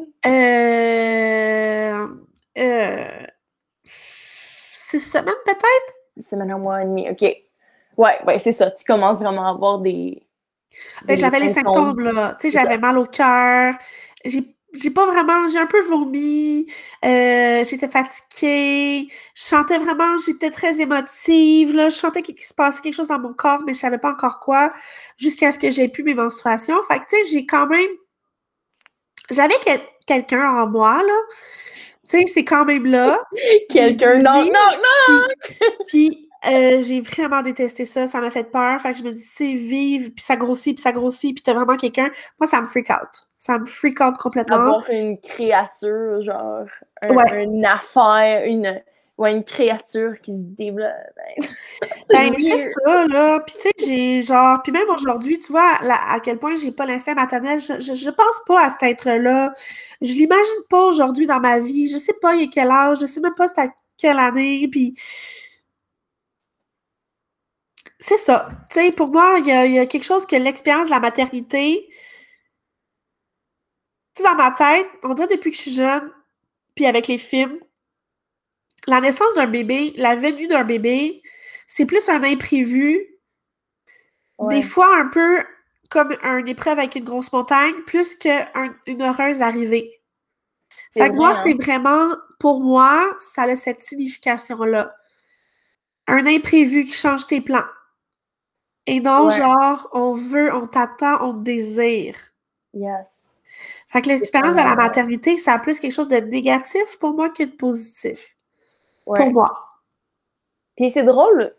[SPEAKER 2] Euh, euh, six semaines peut-être?
[SPEAKER 1] Six semaines, un mois et demi, OK. Ouais, ouais, c'est ça. Tu commences vraiment à avoir des,
[SPEAKER 2] Ben,
[SPEAKER 1] des
[SPEAKER 2] j'avais les
[SPEAKER 1] symptômes.
[SPEAKER 2] symptômes, là. Tu sais,
[SPEAKER 1] C'est ça.
[SPEAKER 2] j'avais mal au cœur. J'ai, j'ai pas vraiment, j'ai un peu vomi. Euh, j'étais fatiguée. Je sentais vraiment, j'étais très émotive, là. Je sentais qu'il se passait quelque chose dans mon corps, mais je savais pas encore quoi, jusqu'à ce que j'ai pu mes menstruations. Fait que, tu sais, j'ai quand même, j'avais quel- quelqu'un en moi, là. Tu sais, c'est quand même là.
[SPEAKER 1] Quelqu'un, non, non, non!
[SPEAKER 2] Puis, euh, j'ai vraiment détesté ça, ça m'a fait peur. Fait que je me dis, c'est vive, puis ça grossit, puis ça grossit, puis t'as vraiment quelqu'un. Moi, ça me freak out. Ça me freak out complètement.
[SPEAKER 1] Avoir une créature, genre, un,
[SPEAKER 2] Ouais.
[SPEAKER 1] une affaire, une, ouais, une créature qui se développe. Ben,
[SPEAKER 2] Ben,
[SPEAKER 1] c'est
[SPEAKER 2] c'est
[SPEAKER 1] weird.
[SPEAKER 2] ça, là. Puis, tu sais, j'ai genre. Puis, même aujourd'hui, tu vois, là, à quel point j'ai pas l'instinct maternel, je, je, je pense pas à cet être-là. Je l'imagine pas aujourd'hui dans ma vie. Je sais pas il est quel âge, je sais même pas c'est à quelle année. Puis, c'est ça. Tu sais, pour moi, il y a, il y a quelque chose que l'expérience de la maternité. Tu sais, dans ma tête, on dirait depuis que je suis jeune, puis avec les films, la naissance d'un bébé, la venue d'un bébé, c'est plus un imprévu, des
[SPEAKER 1] Ouais,
[SPEAKER 2] fois un peu comme une épreuve avec une grosse montagne, plus qu'une heureuse arrivée.
[SPEAKER 1] c'est
[SPEAKER 2] Fait que
[SPEAKER 1] vrai,
[SPEAKER 2] moi, c'est
[SPEAKER 1] hein?
[SPEAKER 2] vraiment, pour moi, ça a cette signification-là. Un imprévu qui change tes plans. Et non,
[SPEAKER 1] Ouais,
[SPEAKER 2] genre, on veut, on t'attend, on te désire.
[SPEAKER 1] yes.
[SPEAKER 2] Fait que
[SPEAKER 1] C'est
[SPEAKER 2] l'expérience de la
[SPEAKER 1] tellement vrai.
[SPEAKER 2] maternité, ça a plus quelque chose de négatif pour moi que de positif. Pour
[SPEAKER 1] Ouais.
[SPEAKER 2] moi.
[SPEAKER 1] Puis c'est drôle,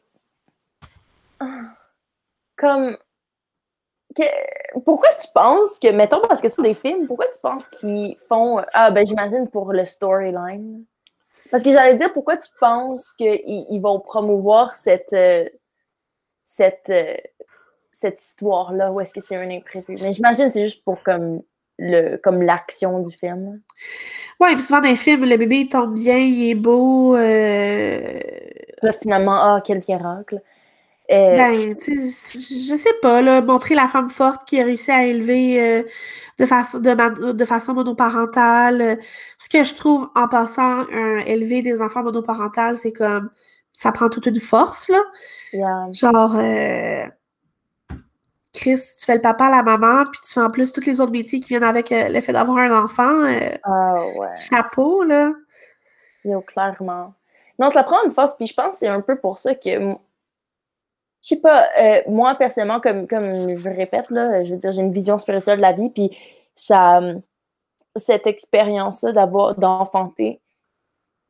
[SPEAKER 1] comme, que- pourquoi tu penses que, mettons, parce que sur des films, pourquoi tu penses qu'ils font, ah, ben j'imagine pour le storyline. Parce que j'allais dire, pourquoi tu penses qu'ils ils vont promouvoir cette, euh, cette, euh, cette histoire-là, ou est-ce que c'est un imprévu? Mais j'imagine que c'est juste pour comme le comme l'action du film.
[SPEAKER 2] Ouais, puis souvent dans les films, le bébé il tombe bien, il est beau. euh,
[SPEAKER 1] Là, finalement, ah, quel miracle. Euh,
[SPEAKER 2] Ben, tu sais, je sais pas, là, montrer la femme forte qui a réussi à élever euh, de façon de, ma- de façon monoparentale. euh, Ce que je trouve en passant, euh, élever des enfants monoparentales, c'est comme ça prend toute une force, là.
[SPEAKER 1] yeah.
[SPEAKER 2] Genre euh, Chris, tu fais le papa, la maman, puis tu fais en plus tous les autres métiers qui viennent avec euh, le fait d'avoir un enfant. euh,
[SPEAKER 1] Ah, ouais.
[SPEAKER 2] chapeau, là.
[SPEAKER 1] Yo, clairement. Non, ça prend une force, puis je pense que c'est un peu pour ça que je sais pas, euh, moi personnellement, comme, comme je répète, là, je veux dire, j'ai une vision spirituelle de la vie, puis ça, cette expérience-là d'avoir, d'enfanter,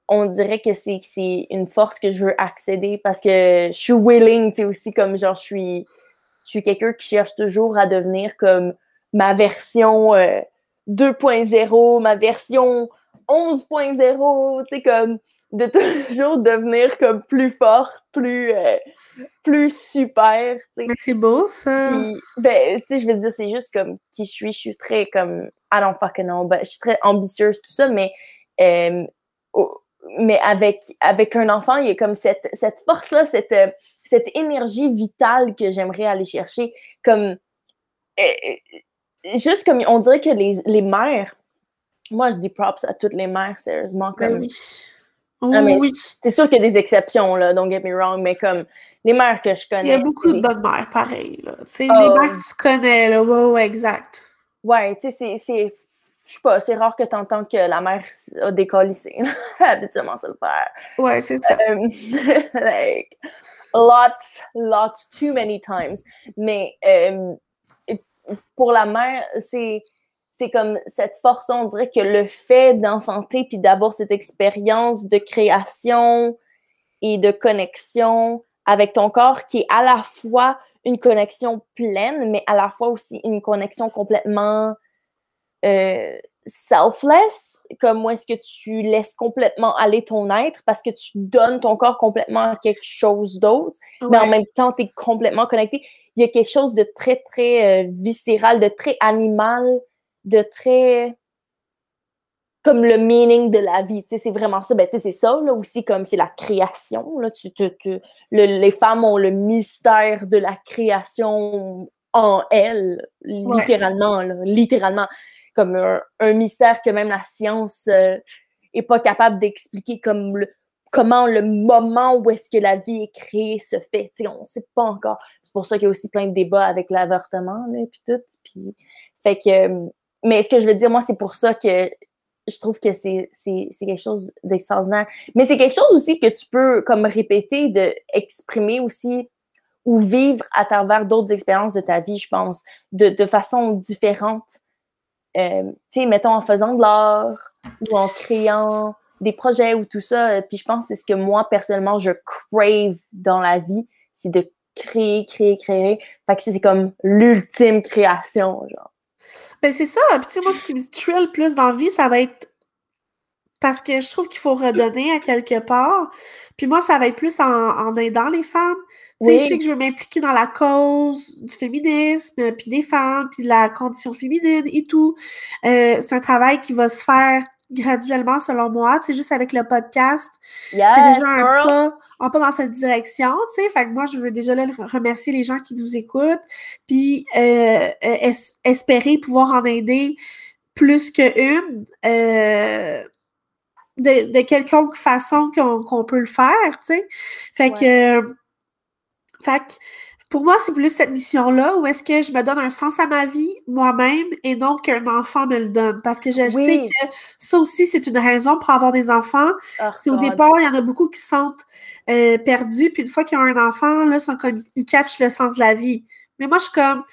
[SPEAKER 1] on dirait que c'est, c'est une force que je veux accéder parce que je suis willing, tu sais, aussi, comme genre, je suis, je suis quelqu'un qui cherche toujours à devenir comme ma version euh, deux point zéro, ma version onze point zéro, tu sais, comme de toujours devenir comme plus forte, plus, euh, plus super, tu sais.
[SPEAKER 2] Mais c'est beau, ça.
[SPEAKER 1] Puis, ben, tu sais, je veux dire, c'est juste comme qui je suis. Je suis très comme, I don't fucking know, ben, je suis très ambitieuse, tout ça, mais, euh, oh, mais avec, avec un enfant, il y a comme cette, cette force-là, cette, euh, cette énergie vitale que j'aimerais aller chercher. Comme, euh, juste comme, on dirait que les, les mères, moi, je dis props à toutes les mères, sérieusement,
[SPEAKER 2] Ben
[SPEAKER 1] comme,
[SPEAKER 2] oui.
[SPEAKER 1] ah,
[SPEAKER 2] Oh,
[SPEAKER 1] mais
[SPEAKER 2] oui.
[SPEAKER 1] c'est sûr qu'il y a des exceptions, là, don't get me wrong, mais comme, les mères que je
[SPEAKER 2] Il y a
[SPEAKER 1] connais,
[SPEAKER 2] beaucoup
[SPEAKER 1] c'est
[SPEAKER 2] de
[SPEAKER 1] des...
[SPEAKER 2] bonnes mères, pareil, là. Tu sais, les mères
[SPEAKER 1] Oh,
[SPEAKER 2] que tu connais, là. Ouais, ouais, exact.
[SPEAKER 1] ouais, tu sais, c'est, c'est, je sais pas, c'est rare que tu entends que la mère a décollissé. Habituellement, c'est le père.
[SPEAKER 2] Ouais, c'est ça.
[SPEAKER 1] Um, like, lots, lots, too many times. Mais um, pour la mère, c'est, c'est comme cette force, on dirait que le fait d'enfanter puis d'avoir cette expérience de création et de connexion avec ton corps qui est à la fois une connexion pleine, mais à la fois aussi une connexion complètement euh, selfless, comme où est-ce que tu laisses complètement aller ton être parce que tu donnes ton corps complètement à quelque chose d'autre, mais en
[SPEAKER 2] Ouais.
[SPEAKER 1] même temps, tu es complètement connecté. Il y a quelque chose de très, très euh, viscéral, de très animal, de très... comme le meaning de la vie, tu sais, c'est vraiment ça. Ben, tu sais, c'est ça, là, aussi, comme c'est la création, là. Tu, tu, tu, le, les femmes ont le mystère de la création en elles,
[SPEAKER 2] Ouais.
[SPEAKER 1] littéralement, là, littéralement. Comme un, un mystère que même la science euh, est pas capable d'expliquer, comme le, comment le moment où est-ce que la vie est créée se fait. Tu sais, on sait pas encore. C'est pour ça qu'il y a aussi plein de débats avec l'avortement, là, puis tout. Puis, fait que, mais ce que je veux dire, moi, c'est pour ça que je trouve que c'est, c'est, c'est quelque chose d'extraordinaire. Mais c'est quelque chose aussi que tu peux comme répéter, de exprimer aussi ou vivre à travers d'autres expériences de ta vie, je pense, de, de façon différente. Euh, tu sais, mettons en faisant de l'art ou en créant des projets ou tout ça. Puis je pense que c'est ce que moi, personnellement, je crave dans la vie, c'est de créer, créer, créer. Fait que c'est comme l'ultime création, genre.
[SPEAKER 2] Ben, c'est ça. Puis, tu sais, moi, ce qui me thrill plus dans la vie, ça va être parce que je trouve qu'il faut redonner à quelque part. Puis moi, ça va être plus en, en aidant les femmes. Tu sais, je sais
[SPEAKER 1] Oui,
[SPEAKER 2] que je veux m'impliquer dans la cause du féminisme, puis des femmes, puis de la condition féminine et tout. Euh, c'est un travail qui va se faire graduellement, selon moi. Tu sais, juste avec le podcast, c'est déjà
[SPEAKER 1] yes,
[SPEAKER 2] un
[SPEAKER 1] girl!
[SPEAKER 2] pas, un pas dans cette direction, tu sais. Fait que moi, je veux déjà là, remercier les gens qui nous écoutent, puis euh, euh, es- espérer pouvoir en aider plus qu'une. Euh, de, de quelconque façon qu'on qu'on peut le faire, tu sais. Fait
[SPEAKER 1] Ouais.
[SPEAKER 2] que, euh, fait que pour moi, c'est plus cette mission-là où est-ce que je me donne un sens à ma vie moi-même et non qu'un enfant me le donne. Parce que je sais
[SPEAKER 1] Oui,
[SPEAKER 2] que ça aussi, c'est une raison pour avoir des enfants.
[SPEAKER 1] oh
[SPEAKER 2] C'est au
[SPEAKER 1] God.
[SPEAKER 2] départ, il y en a beaucoup qui se sentent euh, perdus, puis une fois qu'ils ont un enfant, là, ils sont comme, ils catchent le sens de la vie. Mais moi, je suis comme,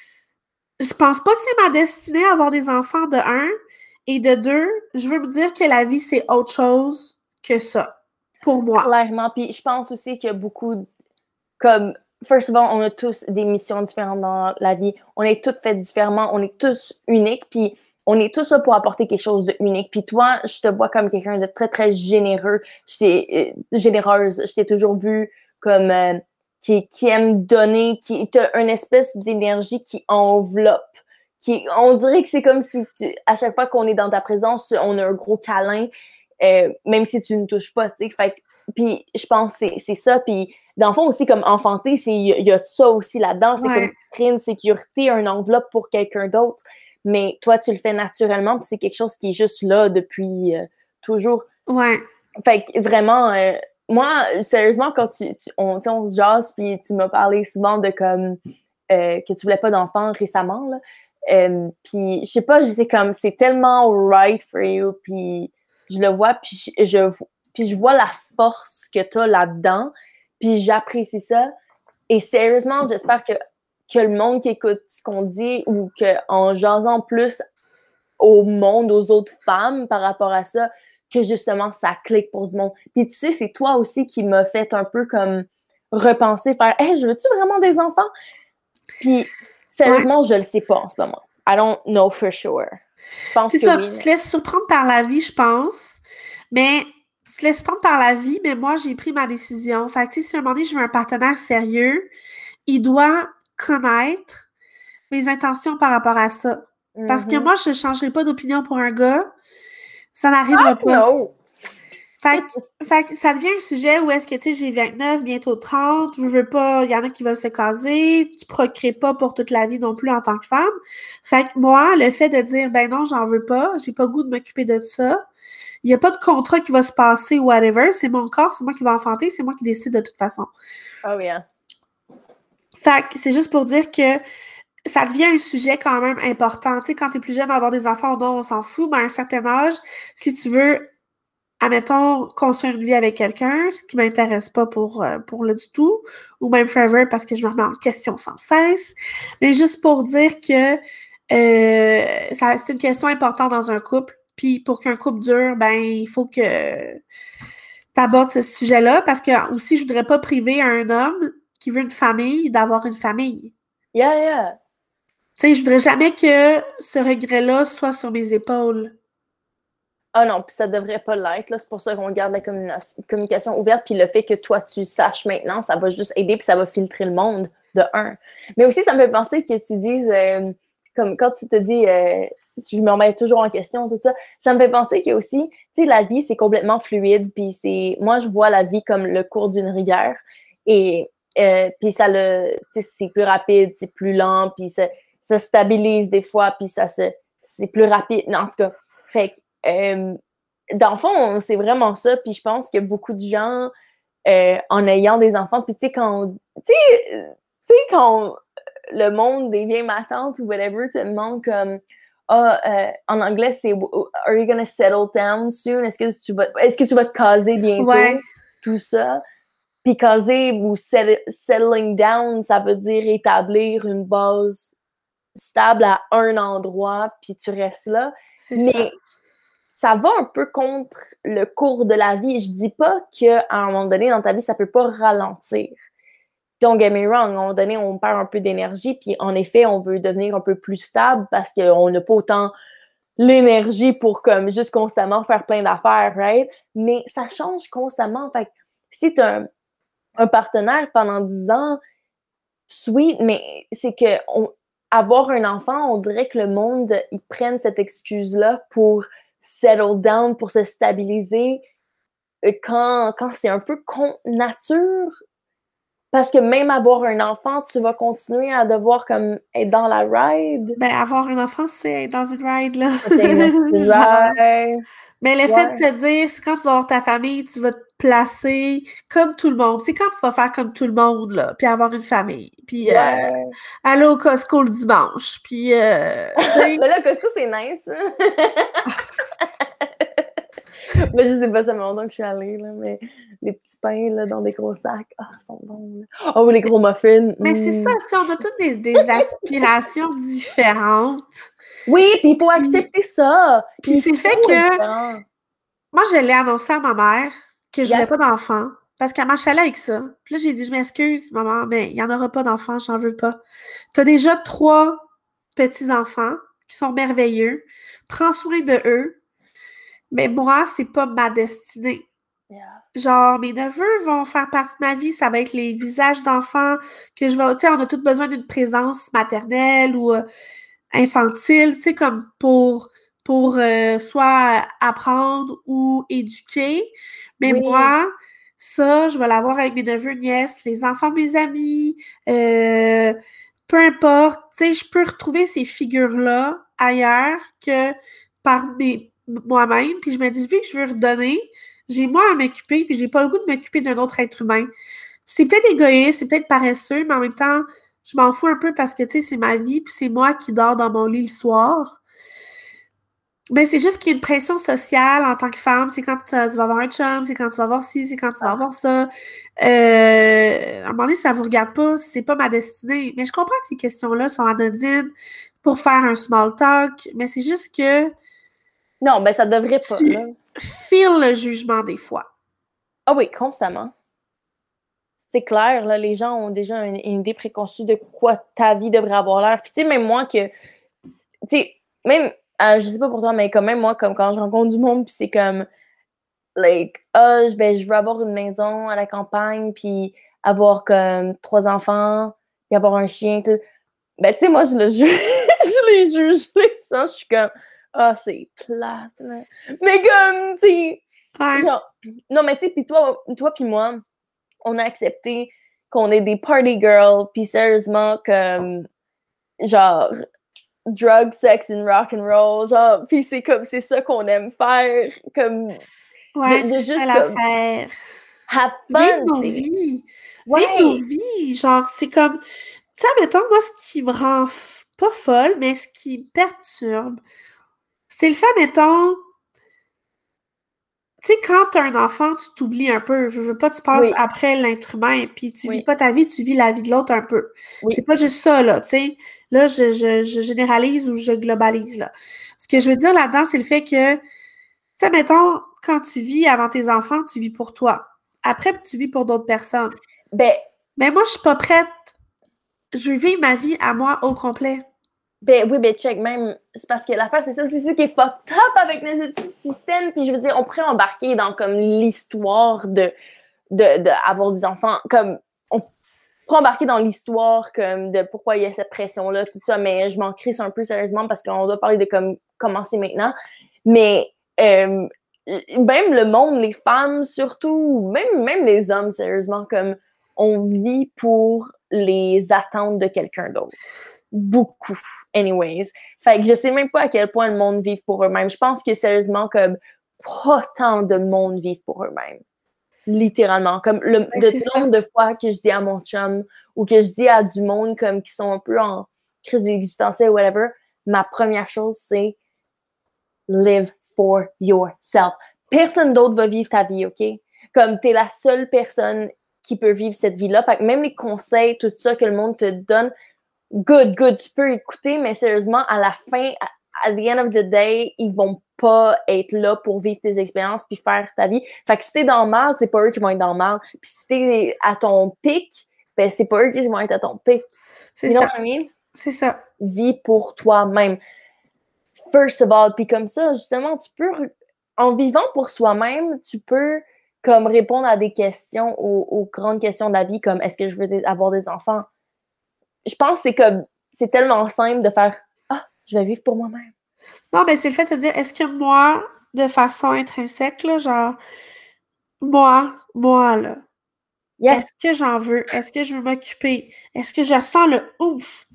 [SPEAKER 2] je pense pas que c'est ma destinée à avoir des enfants de un. Et de deux, je veux me dire que la vie, c'est autre chose que ça. Pour moi.
[SPEAKER 1] Clairement. Puis je pense aussi qu'il y a beaucoup, comme, first of all, on a tous des missions différentes dans la vie. On est toutes faites différemment. On est tous uniques. Puis on est tous là pour apporter quelque chose de unique. Puis toi, je te vois comme quelqu'un de très, très généreux. Je t'ai, euh, généreuse. Je t'ai toujours vu comme euh, qui, qui aime donner, qui a une espèce d'énergie qui enveloppe. Qui, on dirait que c'est comme si tu, à chaque fois qu'on est dans ta présence, on a un gros câlin, euh, même si tu ne touches pas, tu sais. Fait que, puis je pense que c'est, c'est ça. Puis dans le fond aussi, comme enfanter, il y, y, a ça aussi là-dedans. C'est
[SPEAKER 2] Ouais.
[SPEAKER 1] comme créer une sécurité, une enveloppe pour quelqu'un d'autre. Mais toi, tu le fais naturellement, puis c'est quelque chose qui est juste là depuis euh, toujours.
[SPEAKER 2] Ouais.
[SPEAKER 1] Fait que vraiment, euh, moi, sérieusement, quand tu, tu on, on se jase, puis tu m'as parlé souvent de comme euh, que tu voulais pas d'enfant récemment, là. Euh, puis je sais pas, j'étais comme, c'est tellement right for you, puis je le vois, puis je, je, puis je vois la force que t'as là-dedans, puis j'apprécie ça. Et sérieusement, j'espère que, que le monde qui écoute ce qu'on dit ou qu'en jasant plus au monde, aux autres femmes par rapport à ça, que justement, ça clique pour du monde. Puis tu sais, c'est toi aussi qui m'as fait un peu comme repenser, faire « Hey, je veux-tu vraiment des enfants? » Puis sérieusement, ouais. je le sais pas en ce moment. I don't know for sure. Je pense
[SPEAKER 2] c'est
[SPEAKER 1] que
[SPEAKER 2] ça,
[SPEAKER 1] oui.
[SPEAKER 2] tu
[SPEAKER 1] Mais...
[SPEAKER 2] te laisses surprendre par la vie, je pense. Mais tu te laisses surprendre par la vie, mais moi, j'ai pris ma décision. Fait que, tu sais, si à un moment donné, je veux un partenaire sérieux, il doit connaître mes intentions par rapport à ça. Mm-hmm. Parce que moi, je ne changerai pas d'opinion pour un gars. Ça n'arrivera
[SPEAKER 1] ah,
[SPEAKER 2] pas.
[SPEAKER 1] No.
[SPEAKER 2] Fait que, fait que ça devient un sujet où est-ce que, tu sais, j'ai vingt-neuf, bientôt trente, je veux pas, il y en a qui veulent se caser, tu procrées pas pour toute la vie non plus en tant que femme. Fait que moi, le fait de dire, ben non, j'en veux pas, j'ai pas goût de m'occuper de ça, il y a pas de contrat qui va se passer ou whatever, c'est mon corps, c'est moi qui vais enfanter, c'est moi qui décide de toute façon.
[SPEAKER 1] Oh yeah.
[SPEAKER 2] Fait que c'est juste pour dire que ça devient un sujet quand même important. Tu sais, quand t'es plus jeune, avoir des enfants ou non, on s'en fout, mais à un certain âge, si tu veux admettons, construire une vie avec quelqu'un, ce qui m'intéresse pas pour, euh, pour le du tout, ou même forever parce que je me remets en question sans cesse, mais juste pour dire que euh, ça, c'est une question importante dans un couple, puis pour qu'un couple dure, ben, il faut que tu abordes ce sujet-là, parce que aussi, je voudrais pas priver un homme qui veut une famille d'avoir une famille.
[SPEAKER 1] Yeah, yeah.
[SPEAKER 2] Tu sais, je voudrais jamais que ce regret-là soit sur mes épaules.
[SPEAKER 1] Ah non, puis ça devrait pas l'être, là. C'est pour ça qu'on garde la communi- communication ouverte, puis le fait que toi, tu saches maintenant, ça va juste aider, puis ça va filtrer le monde, de un. Mais aussi, ça me fait penser que tu dises, euh, comme quand tu te dis, euh, je me remets toujours en question, tout ça, ça me fait penser que aussi, tu sais, la vie, c'est complètement fluide, puis c'est, moi, je vois la vie comme le cours d'une rivière, et euh, puis ça le, tu sais, c'est plus rapide, c'est plus lent, puis ça, ça stabilise des fois, puis ça se, c'est plus rapide, non, en tout cas, fait que, Euh, dans le fond, c'est vraiment ça. Puis je pense que beaucoup de gens, euh, en ayant des enfants, puis tu sais, quand, tu sais, quand le monde des vieilles matantes ou whatever te demande comme, ah, euh, en anglais, c'est Are you gonna settle down soon? Est-ce que tu vas, est-ce que tu vas te caser bientôt?
[SPEAKER 2] Ouais.
[SPEAKER 1] Tout ça. Puis caser ou set, settling down, ça veut dire établir une base stable à un endroit, puis tu restes là.
[SPEAKER 2] C'est
[SPEAKER 1] Mais
[SPEAKER 2] ça.
[SPEAKER 1] ça va un peu contre le cours de la vie. Je dis pas qu'à un moment donné, dans ta vie, ça peut pas ralentir. Don't get me wrong, à un moment donné, on perd un peu d'énergie, puis en effet, on veut devenir un peu plus stable parce qu'on n'a pas autant l'énergie pour comme juste constamment faire plein d'affaires, right? Mais ça change constamment. Fait que si tu as un, un partenaire pendant dix ans, sweet, mais c'est que on, avoir un enfant, on dirait que le monde, ils prennent cette excuse-là pour settle down, pour se stabiliser quand, quand c'est un peu contre nature. Parce que même avoir un enfant, tu vas continuer à devoir comme être dans la ride.
[SPEAKER 2] Ben, avoir un enfant, c'est être dans une ride, là.
[SPEAKER 1] C'est une ride.
[SPEAKER 2] Mais le
[SPEAKER 1] ouais.
[SPEAKER 2] fait de se dire, c'est quand tu vas avoir ta famille, tu vas te placer comme tout le monde. C'est quand tu vas faire comme tout le monde, là, puis avoir une famille. Puis
[SPEAKER 1] ouais.
[SPEAKER 2] euh, aller au Costco le dimanche. Puis, euh, tu sais...
[SPEAKER 1] Mais là, Costco, c'est nice. Mais je sais pas, ça fait longtemps que je suis allée, là, mais les petits pains là, dans des gros sacs, ah, oh, ils sont bons. Là. Oh, les gros muffins.
[SPEAKER 2] Mais
[SPEAKER 1] mm.
[SPEAKER 2] c'est ça, tu sais, on a toutes des, des aspirations différentes.
[SPEAKER 1] Oui, puis il faut accepter ça.
[SPEAKER 2] Puis c'est fait que... Moi, je l'ai annoncé à ma mère que je yes. voulais pas d'enfant parce qu'elle m'achalait avec ça. Puis là, j'ai dit, je m'excuse, maman, mais il n'y en aura pas d'enfants, j'en veux pas. Tu as déjà trois petits-enfants qui sont merveilleux. Prends soin de eux. Mais moi, c'est pas ma destinée.
[SPEAKER 1] Yeah.
[SPEAKER 2] Genre, mes neveux vont faire partie de ma vie. Ça va être les visages d'enfants que je vais... Tu sais, on a tous besoin d'une présence maternelle ou euh, infantile, tu sais, comme pour... pour euh, soit apprendre ou éduquer. Mais oui. moi, ça, je vais l'avoir avec mes neveux, nièces, les enfants de mes amis, euh, peu importe. Tu sais, je peux retrouver ces figures-là ailleurs que par mes, moi-même. Puis je me dis, vu que je veux redonner, j'ai moi à m'occuper, puis j'ai pas le goût de m'occuper d'un autre être humain. C'est peut-être égoïste, c'est peut-être paresseux, mais en même temps, je m'en fous un peu parce que, tu sais, c'est ma vie, puis c'est moi qui dors dans mon lit le soir. Mais c'est juste qu'il y a une pression sociale en tant que femme. C'est quand tu vas avoir un chum, c'est quand tu vas avoir ci, c'est quand tu vas avoir ça. Euh, à un moment donné, ça vous regarde pas. C'est pas ma destinée. Mais je comprends que ces questions-là sont anodines pour faire un small talk. Mais c'est juste que...
[SPEAKER 1] Non, ben ça devrait pas,
[SPEAKER 2] tu,
[SPEAKER 1] là.
[SPEAKER 2] feel le jugement des fois.
[SPEAKER 1] Ah oui, constamment. C'est clair, là, les gens ont déjà une, une idée préconçue de quoi ta vie devrait avoir l'air. Puis tu sais, même moi que, tu sais, même, euh, je sais pas pour toi, mais quand même moi, comme quand je rencontre du monde, puis c'est comme, like, ah, oh, ben, je veux avoir une maison à la campagne, puis avoir comme trois enfants, puis avoir un chien, tout. Ben, tu sais, moi, je le juge, je les juge, les gens, je suis comme, ah, oh, c'est plate, là. Mais comme, tu sais,
[SPEAKER 2] Ouais.
[SPEAKER 1] genre, non, mais tu sais, puis toi, toi puis moi, on a accepté qu'on est des party girls, puis sérieusement, comme, genre, drug, sex and rock and roll, genre, puis c'est comme, c'est ça qu'on aime faire, comme,
[SPEAKER 2] Ouais,
[SPEAKER 1] de, de
[SPEAKER 2] c'est ça
[SPEAKER 1] juste, comme,
[SPEAKER 2] l'affaire.
[SPEAKER 1] have
[SPEAKER 2] Vivre
[SPEAKER 1] fun,
[SPEAKER 2] nos
[SPEAKER 1] tu sais.
[SPEAKER 2] vies.
[SPEAKER 1] Ouais.
[SPEAKER 2] Vivre nos vies. Genre, c'est comme, tu sais, mettons, moi, ce qui me rend f- pas folle, mais ce qui me perturbe, c'est le fait, mettons, tu sais, quand t'as un enfant, tu t'oublies un peu. Je veux pas, tu passes
[SPEAKER 1] Oui,
[SPEAKER 2] après l'être humain, puis tu vis
[SPEAKER 1] oui,
[SPEAKER 2] pas ta vie, tu vis la vie de l'autre un peu.
[SPEAKER 1] oui.
[SPEAKER 2] C'est pas juste ça, là, tu sais. Là, je, je, je généralise ou je globalise, là. Ce que je veux dire là-dedans, c'est le fait que, tu sais, mettons, quand tu vis avant tes enfants, tu vis pour toi. Après, tu vis pour d'autres personnes.
[SPEAKER 1] Ben,
[SPEAKER 2] Mais moi, je suis pas prête. Je veux vivre ma vie à moi au complet.
[SPEAKER 1] ben oui, ben check, même, c'est parce que l'affaire, c'est ça aussi, c'est ça qui est fucked up avec nos petits systèmes, puis je veux dire, on pourrait embarquer dans, comme, l'histoire de, de, de avoir des enfants, comme, on pourrait embarquer dans l'histoire, comme, de pourquoi il y a cette pression-là, tout ça, mais je m'en crisse un peu sérieusement, parce qu'on doit parler de, comme, commencer maintenant, mais, euh, même le monde, les femmes surtout, même, même les hommes, sérieusement, comme, on vit pour les attentes de quelqu'un d'autre. Beaucoup, anyways. Fait que je sais même pas à quel point le monde vit pour eux-mêmes. Je pense que sérieusement, comme pas tant de monde vivent pour eux-mêmes. Littéralement. Comme le
[SPEAKER 2] Ben,
[SPEAKER 1] de
[SPEAKER 2] c'est ça.
[SPEAKER 1] nombre de fois que je dis à mon chum ou que je dis à du monde comme qui sont un peu en crise existentielle ou whatever, ma première chose, c'est live for yourself. Personne d'autre va vivre ta vie, OK? Comme t'es la seule personne qui peut vivre cette vie-là. Fait que même les conseils, tout ça que le monde te donne, good, good, tu peux écouter, mais sérieusement, à la fin, at the end of the day, ils vont pas être là pour vivre tes expériences puis faire ta vie. Fait que si t'es dans le mal, c'est pas eux qui vont être dans le mal. Puis si t'es à ton pic, ben c'est pas eux qui vont être à ton pic.
[SPEAKER 2] C'est
[SPEAKER 1] You know
[SPEAKER 2] ça.
[SPEAKER 1] what I mean?
[SPEAKER 2] C'est ça.
[SPEAKER 1] Vis pour toi-même. First of all, puis comme ça, justement, tu peux, en vivant pour soi-même, tu peux comme répondre à des questions, aux, aux grandes questions de la vie, comme est-ce que je veux des, avoir des enfants? Je pense que c'est comme, c'est tellement simple de faire, ah, je vais vivre pour moi-même.
[SPEAKER 2] Non, mais c'est le fait de dire, est-ce que moi, de façon intrinsèque, là, genre, moi, moi, là,
[SPEAKER 1] Yes!
[SPEAKER 2] est-ce que j'en veux? Est-ce que je veux m'occuper? Est-ce que je ressens le ouf?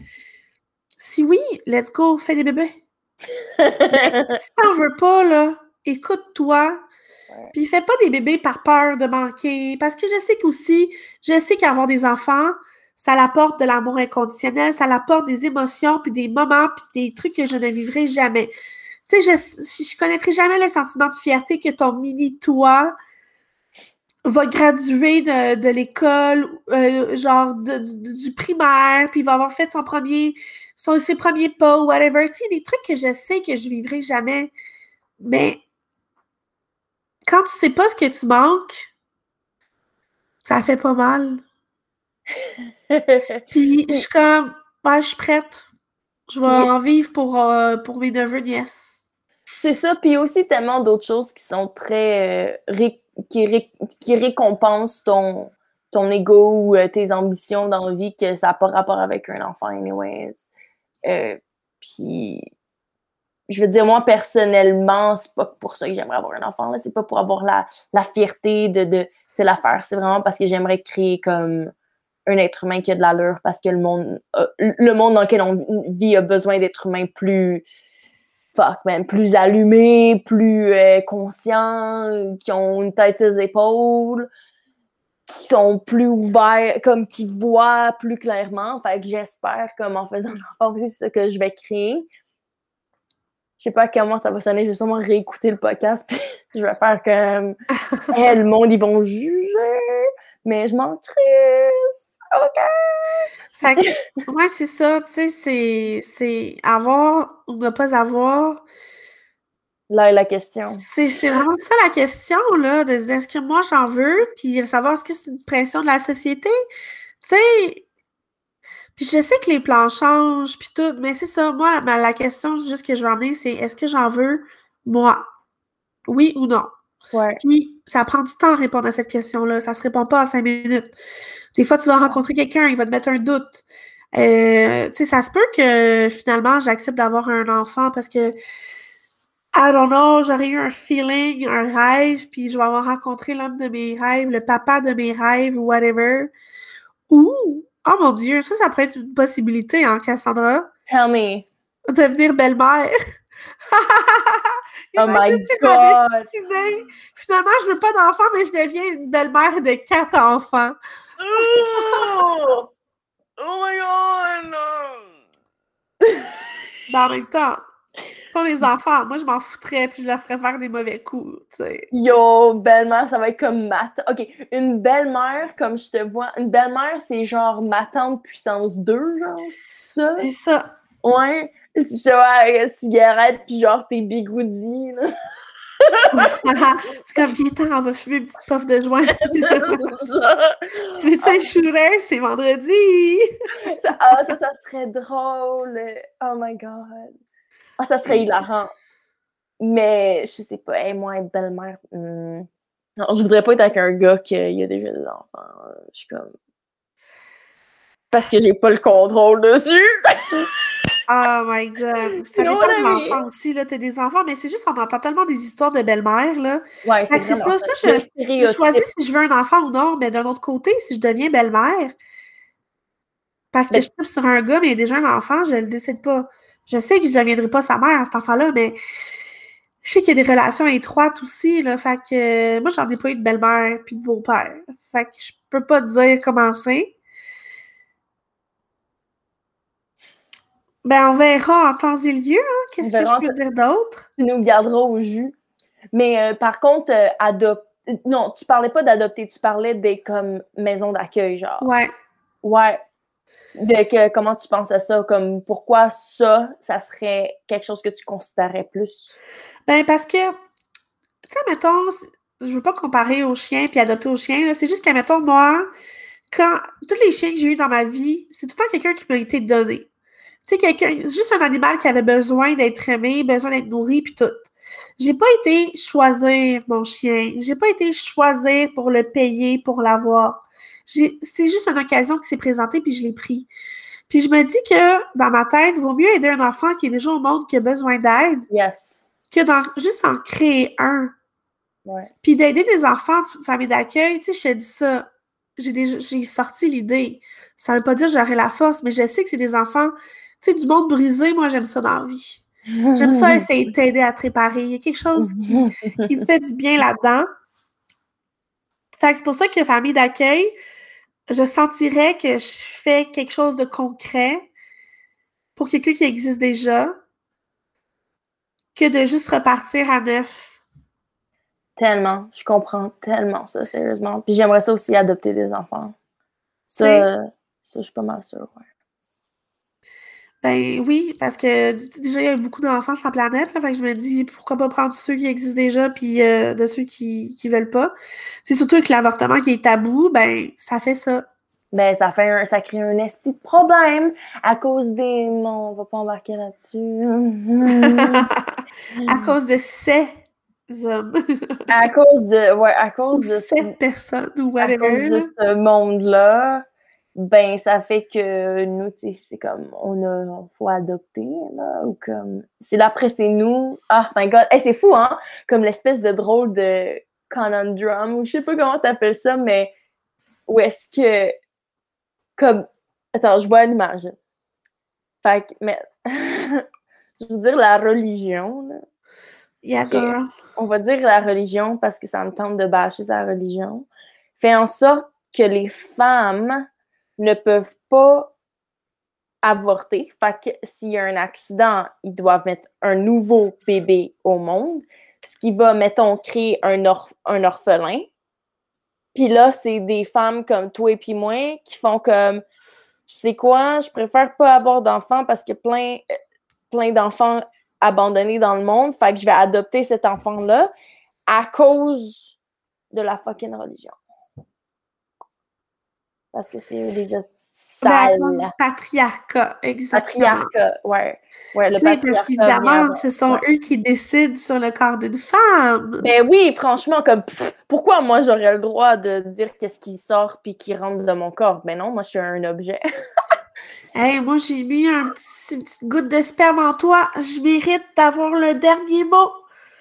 [SPEAKER 2] Si oui, let's go, fais des bébés. Mais si t'en veux pas, là, écoute-toi,
[SPEAKER 1] Ouais.
[SPEAKER 2] puis fais pas des bébés par peur de manquer, parce que je sais qu'aussi, je sais qu'avoir des enfants, ça l'apporte de l'amour inconditionnel, ça l'apporte des émotions, puis des moments, puis des trucs que je ne vivrai jamais. Tu sais, je, je connaîtrai jamais le sentiment de fierté que ton mini-toi va graduer de, de l'école, euh, genre de, du, du primaire, puis il va avoir fait son premier, son, ses premiers pas, ou whatever. Tu sais, des trucs que je sais que je vivrai jamais. Mais quand tu sais pas ce que tu manques, ça fait pas mal. Puis je suis comme, ouais, je suis prête. Je vais
[SPEAKER 1] Puis
[SPEAKER 2] en vivre pour, euh, pour mes neveux nièces.
[SPEAKER 1] c'est ça, puis aussi tellement d'autres choses qui sont très euh, ré- qui, ré- qui récompensent ton ton ego ou euh, tes ambitions dans la vie que ça n'a pas rapport avec un enfant anyways. Euh, puis je veux dire, moi, personnellement, c'est pas pour ça que j'aimerais avoir un enfant, là. C'est pas pour avoir la, la fierté de, de telle affaire. C'est vraiment parce que j'aimerais créer comme un être humain qui a de l'allure parce que le monde, a- le monde dans lequel on vit a besoin d'êtres humains plus, fuck, man, plus allumés, plus euh, conscients, qui ont une tête sur les épaules, qui sont plus ouverts, comme qui voient plus clairement. Fait que j'espère, comme en faisant un enfant aussi, c'est ça que je vais créer. Je sais pas comment ça va sonner, je vais sûrement réécouter le podcast, puis je vais faire comme hey, le monde, ils vont juger, mais je m'en crisse. OK.
[SPEAKER 2] Fait que, ouais, c'est ça, tu sais, c'est, c'est avoir ou ne pas avoir.
[SPEAKER 1] Là est la question.
[SPEAKER 2] C'est, c'est vraiment ça la question, là, de se dire est-ce que moi j'en veux, puis de savoir est-ce que c'est une pression de la société. Tu sais, puis je sais que les plans changent, puis tout, mais c'est ça, moi, la, la question juste que je vais emmener, c'est est-ce que j'en veux, moi? Oui ou non?
[SPEAKER 1] Ouais.
[SPEAKER 2] Puis ça prend du temps à répondre à cette question-là, ça se répond pas en cinq minutes. Des fois, tu vas rencontrer quelqu'un, il va te mettre un doute. Euh, tu sais, ça se peut que finalement, j'accepte d'avoir un enfant parce que I don't know, j'aurais eu un feeling, un rêve, puis je vais avoir rencontré l'homme de mes rêves, le papa de mes rêves, ou whatever. Ou, oh mon Dieu, ça, ça pourrait être une possibilité, hein, Cassandra?
[SPEAKER 1] Tell me.
[SPEAKER 2] Devenir belle-mère.
[SPEAKER 1] Oh my
[SPEAKER 2] Imagine, c'est ma
[SPEAKER 1] God!
[SPEAKER 2] destinée. Finalement, je veux pas d'enfant, mais je deviens une belle-mère de quatre enfants.
[SPEAKER 1] Oh! Oh my God! Non!
[SPEAKER 2] Ben, en même temps, pas mes enfants. Moi, je m'en foutrais, puis je leur ferais faire des mauvais coups, tu sais.
[SPEAKER 1] Yo, belle-mère, ça va être comme ma tante. OK, une belle-mère, comme je te vois, une belle-mère, c'est genre ma tante puissance deux, genre, c'est ça?
[SPEAKER 2] C'est ça.
[SPEAKER 1] Ouais. Je te vois avec une cigarette, puis genre tes bigoudis, là.
[SPEAKER 2] C'est comme, viens-t'en, on va fumer une petite puff de joint.
[SPEAKER 1] C'est ça.
[SPEAKER 2] Tu veux-tu un shooter? C'est vendredi!
[SPEAKER 1] Ça- Ah, ça, ça serait drôle. Oh my God. Ah, ça serait hilarant. Mais je sais pas, hey, moi, être belle-mère, hmm. Non, je voudrais pas être avec un gars qui a déjà des enfants. Je suis comme. Parce que j'ai pas le contrôle dessus.
[SPEAKER 2] Oh my God! Ça
[SPEAKER 1] You know
[SPEAKER 2] dépend
[SPEAKER 1] what
[SPEAKER 2] de
[SPEAKER 1] I
[SPEAKER 2] l'enfant
[SPEAKER 1] mean?
[SPEAKER 2] aussi, là. T'as des enfants, mais c'est juste on entend tellement des histoires de belle-mère, là.
[SPEAKER 1] Ouais,
[SPEAKER 2] Fait
[SPEAKER 1] c'est
[SPEAKER 2] que c'est
[SPEAKER 1] vraiment
[SPEAKER 2] ça,
[SPEAKER 1] ça.
[SPEAKER 2] ça,
[SPEAKER 1] Les
[SPEAKER 2] je, je choisis
[SPEAKER 1] stéréotypes.
[SPEAKER 2] si je veux un enfant ou non, mais d'un autre côté, si je deviens belle-mère, parce que
[SPEAKER 1] Ben,
[SPEAKER 2] je tripe sur un gars, mais il y a déjà un enfant, je le décide pas. Je sais que je deviendrai pas sa mère à cet enfant-là, mais je sais qu'il y a des relations étroites aussi, là. Fait que euh, moi, j'en ai pas eu de belle-mère puis de beau-père. Fait que je peux pas te dire comment c'est. Ben, on verra en temps et lieu, hein.
[SPEAKER 1] on
[SPEAKER 2] Qu'est-ce que je
[SPEAKER 1] verra,
[SPEAKER 2] peux dire d'autre?
[SPEAKER 1] tu nous garderas au jus. Mais euh, par contre, euh, adopter. Non, tu parlais pas d'adopter, tu parlais des comme maisons d'accueil, genre.
[SPEAKER 2] Ouais.
[SPEAKER 1] Ouais. De que, comment tu penses à ça? Comme pourquoi ça, ça serait quelque chose que tu considérais plus?
[SPEAKER 2] Ben, parce que, tu sais, mettons, c- je veux pas comparer aux chiens puis adopter aux chiens, là. C'est juste que, mettons, moi, quand tous les chiens que j'ai eu dans ma vie, c'est tout le temps quelqu'un qui m'a été donné. Tu sais, quelqu'un, juste un animal qui avait besoin d'être aimé, besoin d'être nourri, puis tout. J'ai pas été choisir mon chien. J'ai pas été choisir pour le payer, pour l'avoir. J'ai, c'est juste une occasion qui s'est présentée, puis je l'ai pris. Puis je me dis que, dans ma tête, il vaut mieux aider un enfant qui est déjà au monde, qui a besoin d'aide,
[SPEAKER 1] Yes.
[SPEAKER 2] que d'en, juste en créer un.
[SPEAKER 1] Ouais.
[SPEAKER 2] Puis d'aider des enfants de famille d'accueil, tu sais, je te dis ça. J'ai déjà, j'ai sorti l'idée. Ça veut pas dire que j'aurai la force, mais je sais que c'est des enfants, tu sais, du monde brisé, moi, j'aime ça dans la vie. J'aime ça essayer de t'aider à te réparer. Il y a quelque chose qui, qui me fait du bien là-dedans. Fait que c'est pour ça que famille d'accueil, je sentirais que je fais quelque chose de concret pour quelqu'un qui existe déjà que de juste repartir à neuf.
[SPEAKER 1] Tellement. Je comprends tellement ça, sérieusement. Puis j'aimerais ça aussi adopter des enfants.
[SPEAKER 2] Tu sais?
[SPEAKER 1] Ça, ça je suis pas mal sûre, ouais.
[SPEAKER 2] Ben oui, parce que d- déjà, il y a beaucoup d'enfants sur la planète, là, fait que je me dis, pourquoi pas prendre ceux qui existent déjà, puis euh, de ceux qui, qui veulent pas. C'est surtout avec l'avortement qui est tabou, ben ça fait ça.
[SPEAKER 1] Ben, ça fait un, ça crée un esti de problème à cause des. Non, on va pas embarquer là-dessus.
[SPEAKER 2] À cause de ces hommes.
[SPEAKER 1] À cause de. Ouais, à
[SPEAKER 2] Ou
[SPEAKER 1] cause de ce,
[SPEAKER 2] cette personne, ou
[SPEAKER 1] à cause
[SPEAKER 2] whatever,
[SPEAKER 1] de
[SPEAKER 2] là.
[SPEAKER 1] ce monde-là, ben, ça fait que nous, tu sais, c'est comme. On a. On faut adopter, là. Ou comme. C'est là, après, c'est nous. Oh my god. Hey, c'est fou, hein? Comme l'espèce de drôle de conundrum, ou je sais pas comment t'appelles ça, mais où est-ce que. Comme. Attends, je vois l'image. Fait que, mais. Je veux dire la religion, là.
[SPEAKER 2] Yeah,
[SPEAKER 1] Ok.
[SPEAKER 2] girl.
[SPEAKER 1] On va dire la religion parce que ça me tente de bâcher sa religion. Fait en sorte que les femmes ne peuvent pas avorter. Fait que s'il y a un accident, ils doivent mettre un nouveau bébé au monde. Ce qui va, mettons, créer un, or- un orphelin. Puis là, c'est des femmes comme toi et puis moi qui font comme, tu sais quoi, je préfère pas avoir d'enfants parce que plein, plein d'enfants abandonné dans le monde, fait que je vais adopter cet enfant-là à cause de la fucking religion. Parce que c'est des
[SPEAKER 2] Ben, à
[SPEAKER 1] sales.
[SPEAKER 2] cause du patriarcat, exactement.
[SPEAKER 1] Patriarcat, ouais. Ouais, le
[SPEAKER 2] Tu sais,
[SPEAKER 1] patriarcat
[SPEAKER 2] parce qu'évidemment,
[SPEAKER 1] vient-
[SPEAKER 2] ce sont
[SPEAKER 1] ouais.
[SPEAKER 2] eux qui décident sur le corps d'une femme.
[SPEAKER 1] Ben oui, franchement, comme pff, pourquoi moi j'aurais le droit de dire qu'est-ce qui sort puis qui rentre de mon corps? Ben non, moi je suis un objet.
[SPEAKER 2] Hey, moi, j'ai mis un petit, une petite goutte de sperme en toi. Je mérite d'avoir le dernier mot.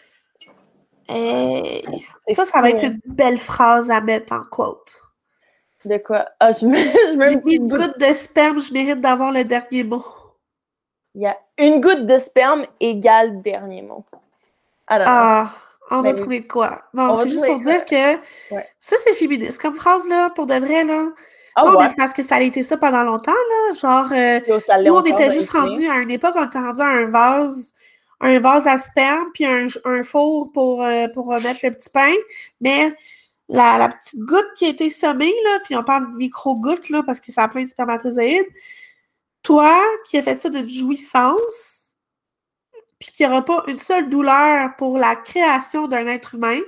[SPEAKER 2] Hey,
[SPEAKER 1] C'est
[SPEAKER 2] ça, ça
[SPEAKER 1] fou,
[SPEAKER 2] va être
[SPEAKER 1] hein.
[SPEAKER 2] une belle phrase à mettre en quote.
[SPEAKER 1] De quoi? Ah, je mets, je mets
[SPEAKER 2] J'ai
[SPEAKER 1] une
[SPEAKER 2] mis
[SPEAKER 1] petite
[SPEAKER 2] une
[SPEAKER 1] goutte.
[SPEAKER 2] goutte de sperme, je mérite d'avoir le dernier mot.
[SPEAKER 1] Il y a une goutte de sperme égale dernier mot. Ah non, non.
[SPEAKER 2] Ah, on va
[SPEAKER 1] Ben oui.
[SPEAKER 2] trouver de quoi. Non,
[SPEAKER 1] On va
[SPEAKER 2] c'est juste
[SPEAKER 1] trouver
[SPEAKER 2] pour dire
[SPEAKER 1] quoi.
[SPEAKER 2] que
[SPEAKER 1] Ouais.
[SPEAKER 2] ça, c'est féministe. Comme phrase, là, pour de vrai, là.
[SPEAKER 1] Ah
[SPEAKER 2] Non, mais
[SPEAKER 1] ouais.
[SPEAKER 2] c'est parce que ça a été ça pendant longtemps, là. Genre, euh,
[SPEAKER 1] Yo, ça l'est
[SPEAKER 2] nous, on
[SPEAKER 1] encore
[SPEAKER 2] était
[SPEAKER 1] dans les
[SPEAKER 2] juste rendus à une époque, on était rendus à un vase, un vase à sperme, puis un, un four pour, euh, pour euh, mettre le petit pain. Mais la, la petite goutte qui a été semée, là, puis on parle de micro-goutte, là, parce que ça a plein de spermatozoïdes. Toi, qui as fait ça de jouissance, puis qui n'aura pas une seule douleur pour la création d'un être humain,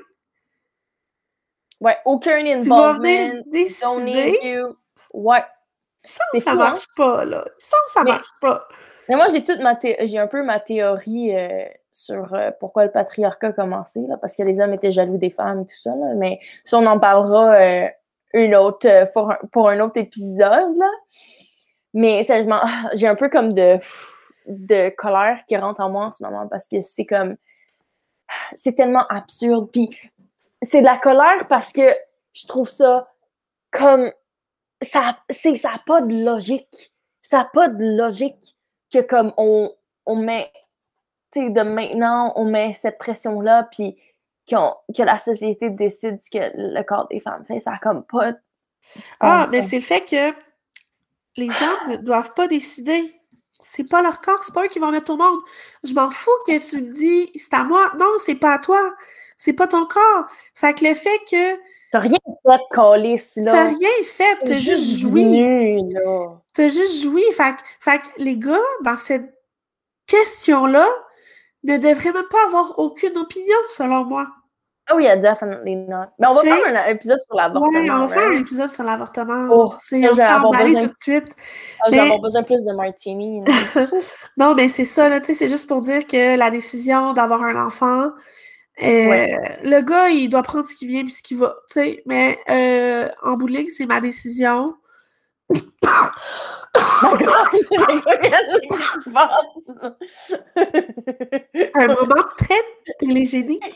[SPEAKER 1] Ouais, aucun
[SPEAKER 2] tu vas venir
[SPEAKER 1] involvement. Don't
[SPEAKER 2] décider.
[SPEAKER 1] need you. Ouais.
[SPEAKER 2] Il semble
[SPEAKER 1] C'est
[SPEAKER 2] que ça
[SPEAKER 1] fou,
[SPEAKER 2] marche
[SPEAKER 1] hein?
[SPEAKER 2] pas, là. Il semble que ça
[SPEAKER 1] Mais-
[SPEAKER 2] marche pas.
[SPEAKER 1] Mais moi, j'ai toute ma thé- j'ai un peu ma théorie euh, sur euh, pourquoi le patriarcat a commencé, là, parce que les hommes étaient jaloux des femmes et tout ça, là, mais ça, on en parlera euh, une autre, euh, pour, un, pour un autre épisode, là. Mais sérieusement, ah, j'ai un peu comme de, de colère qui rentre en moi en ce moment, parce que c'est comme, c'est tellement absurde, puis c'est de la colère parce que je trouve ça comme, ça c'est ça n'a pas de logique. Ça n'a pas de logique que comme on, on met, tu sais, de maintenant, on met cette pression-là, puis qu'on, que la société décide ce que le corps des femmes fait. Ça n'a comme pas de
[SPEAKER 2] Ah,
[SPEAKER 1] bon
[SPEAKER 2] mais
[SPEAKER 1] sens.
[SPEAKER 2] c'est le fait que les hommes ne doivent pas décider. C'est pas leur corps, c'est pas eux qui vont mettre au monde. Je m'en fous que tu me dis, c'est à moi. Non, c'est pas à toi. C'est pas ton corps. Fait que le fait que
[SPEAKER 1] T'as rien fait, calice,
[SPEAKER 2] t'as
[SPEAKER 1] là.
[SPEAKER 2] rien fait, t'as
[SPEAKER 1] T'es
[SPEAKER 2] juste joui.
[SPEAKER 1] venu, là.
[SPEAKER 2] T'as juste joui. Fait, que- fait que les gars, dans cette question-là, ne devraient même pas avoir aucune opinion, selon moi.
[SPEAKER 1] Oh yeah, definitely not. Mais on va
[SPEAKER 2] Tu sais,
[SPEAKER 1] faire un épisode sur
[SPEAKER 2] Ouais,
[SPEAKER 1] l'avortement,
[SPEAKER 2] on va faire un
[SPEAKER 1] right?
[SPEAKER 2] épisode sur l'avortement.
[SPEAKER 1] Oh,
[SPEAKER 2] C'est,
[SPEAKER 1] ça,
[SPEAKER 2] on
[SPEAKER 1] je vais
[SPEAKER 2] s'est
[SPEAKER 1] avoir
[SPEAKER 2] emballé
[SPEAKER 1] besoin...
[SPEAKER 2] tout de suite.
[SPEAKER 1] Ah, je vais
[SPEAKER 2] Mais
[SPEAKER 1] avoir besoin plus de martini, là.
[SPEAKER 2] non, mais c'est ça, là, tu sais, c'est juste pour dire que la décision d'avoir un enfant, euh,
[SPEAKER 1] Ouais.
[SPEAKER 2] le gars, il doit prendre ce qui vient puis ce qui va, tu sais. Mais euh, en bout de ligne, c'est ma décision.
[SPEAKER 1] D'accord, c'est même pas qu'elle qui passe.
[SPEAKER 2] Un moment très télégénique.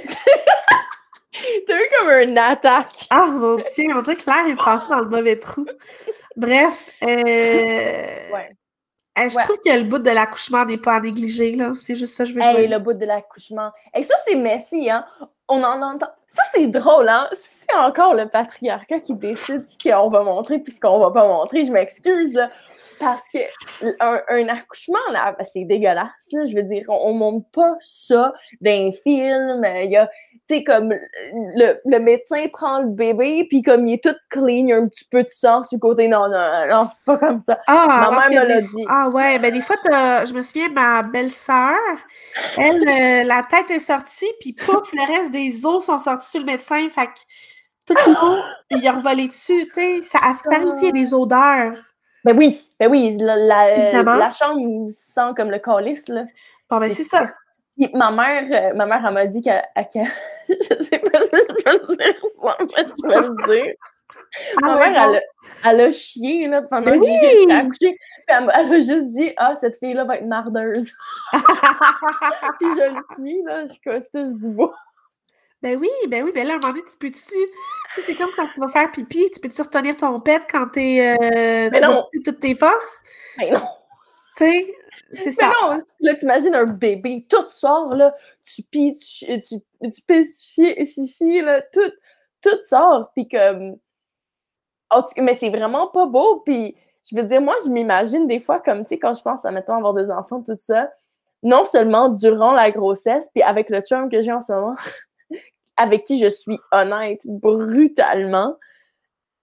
[SPEAKER 1] T'as eu comme une attaque.
[SPEAKER 2] Ah mon Dieu, on dirait que l'air est passé dans le mauvais trou. Bref, euh,
[SPEAKER 1] Ouais.
[SPEAKER 2] euh, je
[SPEAKER 1] Ouais.
[SPEAKER 2] trouve que le bout de l'accouchement n'est pas à négliger, là. C'est juste ça que je veux
[SPEAKER 1] Hey,
[SPEAKER 2] dire.
[SPEAKER 1] le bout de l'accouchement. Et ça, c'est messy, hein? On en entend. Ça, c'est drôle, hein? C'est encore le patriarcat qui décide ce qu'on va montrer puis ce qu'on va pas montrer. Je m'excuse, là. Parce que un, un accouchement, là, c'est dégueulasse, là. Je veux dire, on, on montre pas ça dans un film. Il y a, tu sais, comme le, le médecin prend le bébé puis comme il est tout clean, il y a un petit peu de sang sur le côté. Non, non, non, c'est pas comme ça.
[SPEAKER 2] Ah,
[SPEAKER 1] Ma
[SPEAKER 2] alors
[SPEAKER 1] mère
[SPEAKER 2] que
[SPEAKER 1] me
[SPEAKER 2] des
[SPEAKER 1] l'a
[SPEAKER 2] fois-
[SPEAKER 1] dit.
[SPEAKER 2] Ah ouais, ben des fois, t'as- je me souviens, ma belle-sœur, elle, euh, la tête est sortie, puis pouf, le reste des os sont sortis sur le médecin, fait que tout l'eau, il a revolé dessus, tu sais, ça a disparu aussi, il y a des odeurs,
[SPEAKER 1] Ben oui, ben oui, la, la,
[SPEAKER 2] évidemment.
[SPEAKER 1] la chambre sent comme le calice, là.
[SPEAKER 2] Bon, ben c'est ça.
[SPEAKER 1] Puis ma mère, euh, ma mère, elle m'a dit qu'elle... qu'elle- je sais pas si je peux le dire ça, mais je vais le dire.
[SPEAKER 2] Ah
[SPEAKER 1] Ma
[SPEAKER 2] ouais,
[SPEAKER 1] mère,
[SPEAKER 2] bon.
[SPEAKER 1] elle, a- elle a chié, là, pendant
[SPEAKER 2] Mais
[SPEAKER 1] que
[SPEAKER 2] oui!
[SPEAKER 1] j'étais accouchée. Puis elle, m'a- elle a juste dit « Ah, cette fille-là va être mardeuse. » Puis je le suis, là, je, je touche du bois.
[SPEAKER 2] Ben oui, ben oui, ben là, à un moment donné, tu peux-tu... Tu sais, c'est comme quand tu vas faire pipi, tu peux-tu retenir ton pet quand t'es... Euh,
[SPEAKER 1] Mais
[SPEAKER 2] tu vas
[SPEAKER 1] non!
[SPEAKER 2] pisser toutes tes forces?
[SPEAKER 1] Mais non!
[SPEAKER 2] Tu sais, c'est
[SPEAKER 1] Mais
[SPEAKER 2] ça.
[SPEAKER 1] non! Là, t'imagines un bébé, tout sort, là, tu pies, tu, tu, tu pisses, tu chichi, là, tout, tout sort, puis comme... En tout cas, mais c'est vraiment pas beau, puis je veux dire, moi, je m'imagine des fois comme, tu sais, quand je pense à, mettons, avoir des enfants, tout ça, non seulement durant la grossesse, puis avec le chum que j'ai en ce moment, avec qui je suis honnête brutalement,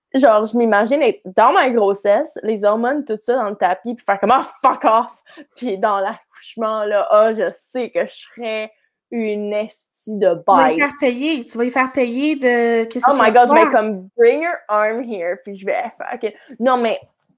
[SPEAKER 1] genre, je m'imagine être dans ma grossesse, les hormones, tout ça dans le tapis, puis faire comme « Ah, fuck off! » Puis dans l'accouchement, là, ah, oh, je sais que je serais une estie de bite.
[SPEAKER 2] Tu vas y faire payer. Tu vas y faire payer de... que ce
[SPEAKER 1] oh
[SPEAKER 2] soit
[SPEAKER 1] my God,
[SPEAKER 2] toi.
[SPEAKER 1] je vais comme « Bring your arm here », puis je vais faire... Okay. Non, mais...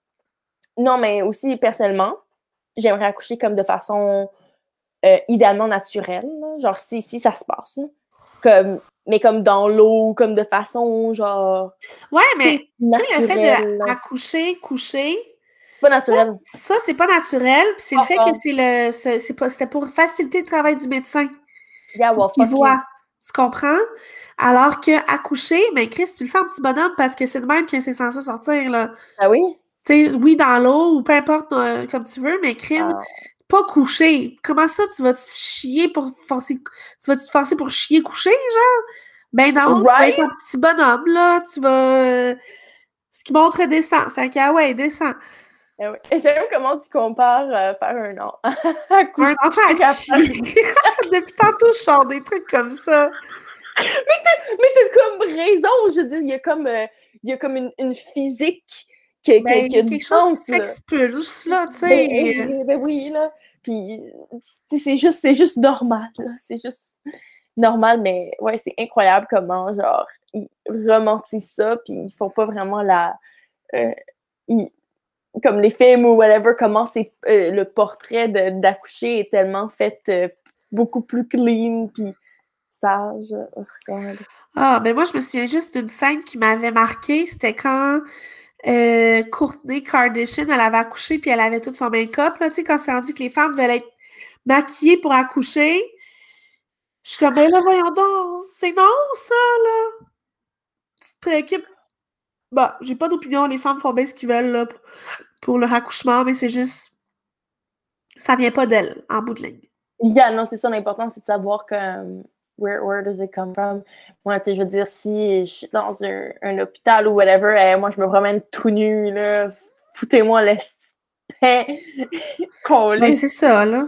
[SPEAKER 1] Non, mais aussi, personnellement, j'aimerais accoucher comme de façon euh, idéalement naturelle. Là. Genre, si, si ça se passe. Là. Comme... Mais comme dans l'eau, comme de façon, genre...
[SPEAKER 2] Ouais, mais tu sais, le fait
[SPEAKER 1] naturelle.
[SPEAKER 2] d'accoucher, coucher...
[SPEAKER 1] Pas naturel.
[SPEAKER 2] Ça, ça c'est pas naturel. Puis c'est
[SPEAKER 1] oh,
[SPEAKER 2] le fait
[SPEAKER 1] oh.
[SPEAKER 2] que c'est le... C'est, c'est pas, c'était pour faciliter le travail du médecin.
[SPEAKER 1] Yeah, well,
[SPEAKER 2] Qui
[SPEAKER 1] fuck
[SPEAKER 2] voit.
[SPEAKER 1] you.
[SPEAKER 2] Tu comprends? Alors que accoucher, mais Chris, tu le fais en petit bonhomme parce que c'est de même que c'est censé sortir, là.
[SPEAKER 1] Ah oui?
[SPEAKER 2] Tu sais, oui, dans l'eau ou peu importe, euh, comme tu veux, mais crime,
[SPEAKER 1] Ah.
[SPEAKER 2] pas coucher. Comment ça, tu vas te chier pour forcer... Tu vas te forcer pour chier coucher, genre? Ben non,
[SPEAKER 1] Right?
[SPEAKER 2] tu vas être un petit bonhomme, là. Tu vas... Ce qui montre descend. Fait que, ah ouais, descend.
[SPEAKER 1] Ah oui. J'aime comment tu compares euh, faire un an.
[SPEAKER 2] Un enfant à chier. Depuis tantôt, je sors des trucs comme ça.
[SPEAKER 1] mais t'as, mais t'as comme raison, je veux dire, il y a comme, euh, il y a comme une, une physique qui,
[SPEAKER 2] Ben,
[SPEAKER 1] qui, qui a du
[SPEAKER 2] quelque chose
[SPEAKER 1] sens,
[SPEAKER 2] qui
[SPEAKER 1] là.
[SPEAKER 2] s'expulse, là, tu sais.
[SPEAKER 1] Ben, ben oui, là. Puis, c'est juste, c'est juste normal, là. C'est juste normal, mais ouais, c'est incroyable comment, genre, ils romantissent ça, puis ils font pas vraiment la... Euh, ils, comme les films ou whatever, comment c'est euh, le portrait de, d'accoucher est tellement fait euh, beaucoup plus clean, puis sage. Oh, God.
[SPEAKER 2] Ah, ben moi, je me souviens juste d'une scène qui m'avait marquée. C'était quand euh, Kourtney Kardashian, elle avait accouché, puis elle avait tout son make-up, là, tu sais, quand c'est rendu que les femmes veulent être maquillées pour accoucher. Je suis comme, ben là, voyons donc, c'est non, ça, là. Tu te préoccupes. Bon, j'ai pas d'opinion, les femmes font bien ce qu'ils veulent, là, pour leur accouchement, mais c'est juste, ça vient pas d'elles, en bout de ligne.
[SPEAKER 1] Yeah, non, c'est ça, l'important, c'est de savoir que, where, where does it come from? Moi, tu sais, je veux dire, si je suis dans un, un hôpital ou whatever, eh, moi, je me promène tout nu, là, foutez-moi l'espace.
[SPEAKER 2] Ben, c'est ça, là.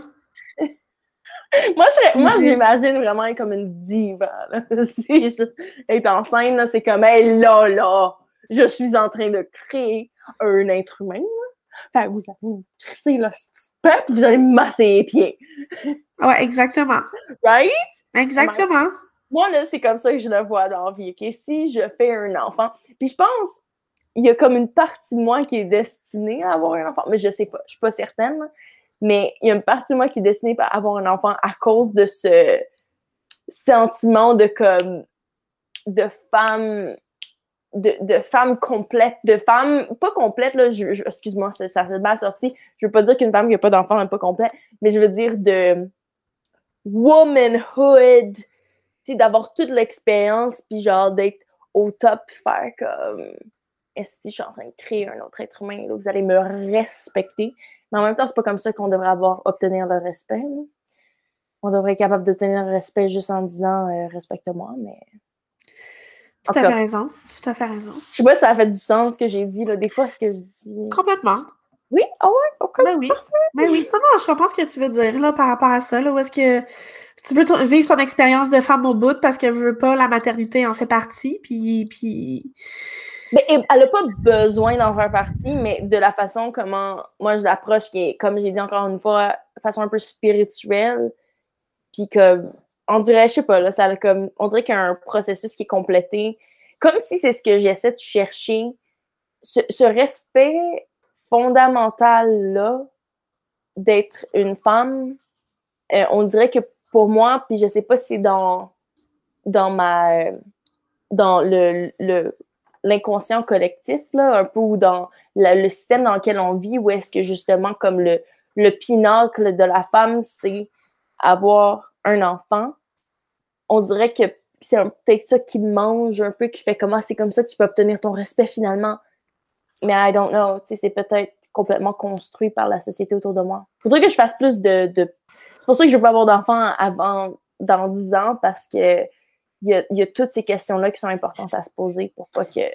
[SPEAKER 1] moi, je, serais, moi, je m'imagine vraiment comme une diva, là. Si je est enceinte, là, c'est comme, hey, là, là, je suis en train de créer un être humain, là. Fait que vous allez me crisser le peuple, vous allez me masser les pieds.
[SPEAKER 2] Ouais, exactement.
[SPEAKER 1] Right?
[SPEAKER 2] Exactement.
[SPEAKER 1] Moi, là, c'est comme ça que je le vois dans la vie, OK? Si je fais un enfant, puis je pense, il y a comme une partie de moi qui est destinée à avoir un enfant, mais je sais pas, je suis pas certaine, mais il y a une partie de moi qui est destinée à avoir un enfant à cause de ce sentiment de comme, de femme, de, de femme complète, de femme, pas complète, là, je, je, excuse-moi, ça, ça fait mal sorti, je veux pas dire qu'une femme qui n'a pas d'enfant n'est pas complète, mais je veux dire de womanhood, t'sais, d'avoir toute l'expérience, puis genre d'être au top, puis faire comme est-ce que je suis en train de créer un autre être humain, là, vous allez me respecter. Mais en même temps, c'est pas comme ça qu'on devrait avoir obtenir le respect. Là. On devrait être capable d'obtenir le respect juste en disant euh, respecte-moi, mais.
[SPEAKER 2] Tout à fait raison. Tout à fait raison.
[SPEAKER 1] Je sais pas si ça a fait du sens ce que j'ai dit, là. Des fois, ce que je dis.
[SPEAKER 2] Complètement.
[SPEAKER 1] Oui? Ah ouais? Ok.
[SPEAKER 2] Ben oui. Ben oui. Non, non, je comprends ce que tu veux dire là, par rapport à ça. Là, où est-ce que tu veux t- vivre ton expérience de femme au bout parce que je veux pas, la maternité en fait partie. Puis. puis...
[SPEAKER 1] Ben, elle n'a pas besoin d'en faire partie, mais de la façon comment moi je l'approche, qui est, comme j'ai dit encore une fois, de façon un peu spirituelle. Puis comme, on dirait, je sais pas, là, ça a comme, on dirait qu'il y a un processus qui est complété. Comme si c'est ce que j'essaie de chercher. Ce, ce respect fondamental-là d'être une femme, euh, on dirait que pour moi, puis je sais pas si c'est dans, dans ma, dans le, le, l'inconscient collectif, là, un peu, ou dans la, le système dans lequel on vit, où est-ce que justement, comme le, le pinacle de la femme, c'est avoir un enfant, on dirait que c'est un, peut-être ça qui mange un peu, qui fait comment c'est comme ça que tu peux obtenir ton respect finalement. Mais I don't know, tu sais, c'est peut-être complètement construit par la société autour de moi. Faudrait que je fasse plus de... de... C'est pour ça que je veux pas avoir d'enfant avant, dans dix ans, parce que il y a, y a toutes ces questions-là qui sont importantes à se poser pour pas que,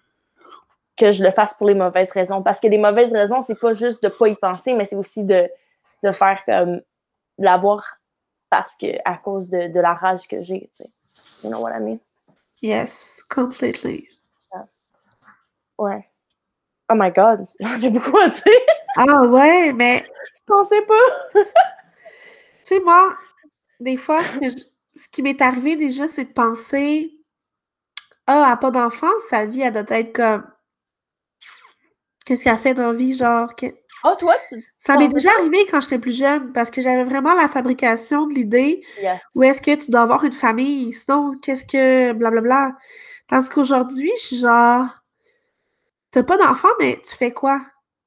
[SPEAKER 1] que je le fasse pour les mauvaises raisons. Parce que les mauvaises raisons, c'est pas juste de pas y penser, mais c'est aussi de, de faire comme... de l'avoir parce que à cause de, de la rage que j'ai, tu sais. You know what I mean?
[SPEAKER 2] Yes, completely.
[SPEAKER 1] Yeah. Ouais. Oh my God! J'en ai beaucoup à dire!
[SPEAKER 2] Ah ouais, mais...
[SPEAKER 1] Je pensais pas!
[SPEAKER 2] Tu sais, moi, des fois, ce, que je... ce qui m'est arrivé déjà, c'est de penser « Ah, elle n'a pas d'enfant, sa vie, elle doit être comme... Qu'est-ce qu'elle fait dans la vie, genre... Que... »
[SPEAKER 1] Ah, oh, toi, tu
[SPEAKER 2] Ça m'est
[SPEAKER 1] pensais
[SPEAKER 2] déjà
[SPEAKER 1] ça?
[SPEAKER 2] arrivé quand j'étais plus jeune, parce que j'avais vraiment la fabrication de l'idée
[SPEAKER 1] Yes.
[SPEAKER 2] où est-ce que tu dois avoir une famille, sinon, qu'est-ce que... blablabla. Tandis qu'aujourd'hui, je suis genre... T'as pas d'enfant, mais tu fais quoi?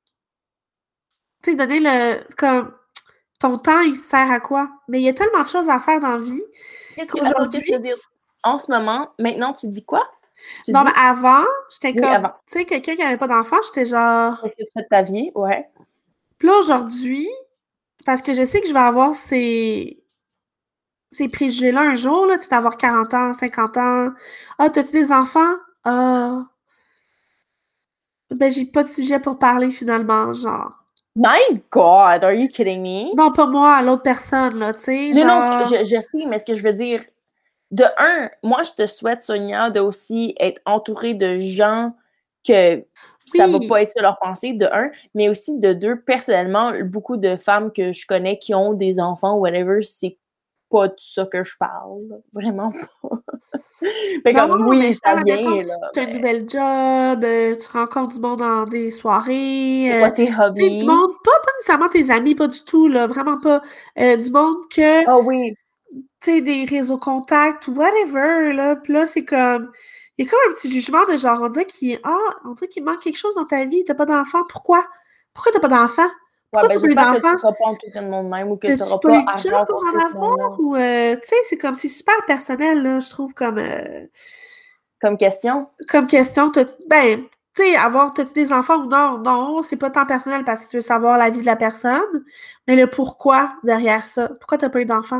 [SPEAKER 2] Tu sais, donner le... Comme... Ton temps, il sert à quoi? Mais il y a tellement de choses à faire dans la vie
[SPEAKER 1] Qu'est-ce que... Attends, qu'est-ce que
[SPEAKER 2] qu'aujourd'hui...
[SPEAKER 1] tu veux dire? En ce moment, maintenant, tu dis quoi? Tu
[SPEAKER 2] Non,
[SPEAKER 1] dis?
[SPEAKER 2] mais avant, j'étais
[SPEAKER 1] Oui,
[SPEAKER 2] comme...
[SPEAKER 1] avant.
[SPEAKER 2] Tu sais, quelqu'un qui avait pas d'enfant, j'étais genre...
[SPEAKER 1] Qu'est-ce que tu fais de ta vie? Ouais.
[SPEAKER 2] Puis là, aujourd'hui, parce que je sais que je vais avoir ces... ces préjugés-là un jour, là, tu sais, d'avoir quarante ans, cinquante ans. Ah, t'as-tu des enfants? Ah... Ben, j'ai pas de sujet pour parler, finalement, genre...
[SPEAKER 1] My God! Are you kidding me?
[SPEAKER 2] Non, pas moi, l'autre personne, là, tu sais,
[SPEAKER 1] Non, non,
[SPEAKER 2] genre...
[SPEAKER 1] je, je sais, mais ce que je veux dire, de un, moi, je te souhaite, Sonia, de aussi être entourée de gens que ça va
[SPEAKER 2] Oui!
[SPEAKER 1] pas être ça leur pensée, de un, mais aussi de deux, personnellement, beaucoup de femmes que je connais qui ont des enfants ou whatever, c'est pas de ça que je parle. Vraiment pas. Fait
[SPEAKER 2] Non,
[SPEAKER 1] comme,
[SPEAKER 2] mais
[SPEAKER 1] oui,
[SPEAKER 2] je
[SPEAKER 1] ça
[SPEAKER 2] parle, admettons,
[SPEAKER 1] vient,
[SPEAKER 2] tu
[SPEAKER 1] là,
[SPEAKER 2] as une
[SPEAKER 1] mais
[SPEAKER 2] nouvelle job, euh, tu rencontres du monde dans des soirées,
[SPEAKER 1] c'est
[SPEAKER 2] euh,
[SPEAKER 1] quoi tes
[SPEAKER 2] tu sais, du
[SPEAKER 1] hobbies?
[SPEAKER 2] monde, pas, pas nécessairement tes amis, pas du tout, là, vraiment pas, euh, du monde que,
[SPEAKER 1] Ah oui,
[SPEAKER 2] tu sais, des réseaux contacts, whatever, là, puis là, c'est comme, il y a comme un petit jugement de genre, on dirait qu'il, ah, on dirait qu'il manque quelque chose dans ta vie, t'as pas d'enfant, pourquoi? Pourquoi t'as pas d'enfant?
[SPEAKER 1] ouais,
[SPEAKER 2] Pourquoi
[SPEAKER 1] ben
[SPEAKER 2] t'as pas eu
[SPEAKER 1] j'espère que
[SPEAKER 2] d'enfant?
[SPEAKER 1] tu seras pas entourée de monde même ou que tu
[SPEAKER 2] T'as-tu
[SPEAKER 1] n'auras
[SPEAKER 2] pas
[SPEAKER 1] pas
[SPEAKER 2] eu de
[SPEAKER 1] à
[SPEAKER 2] job pour en
[SPEAKER 1] rencontrer ce
[SPEAKER 2] avoir?
[SPEAKER 1] monde-là.
[SPEAKER 2] Ou, euh, tu sais, c'est comme, c'est super personnel, là, je trouve, comme, euh,
[SPEAKER 1] Comme question?
[SPEAKER 2] Comme question, t'as- ben, tu sais, avoir, t'as-tu des enfants ou non? Non, c'est pas tant personnel parce que tu veux savoir la vie de la personne, mais le pourquoi derrière ça. Pourquoi t'as pas eu d'enfant?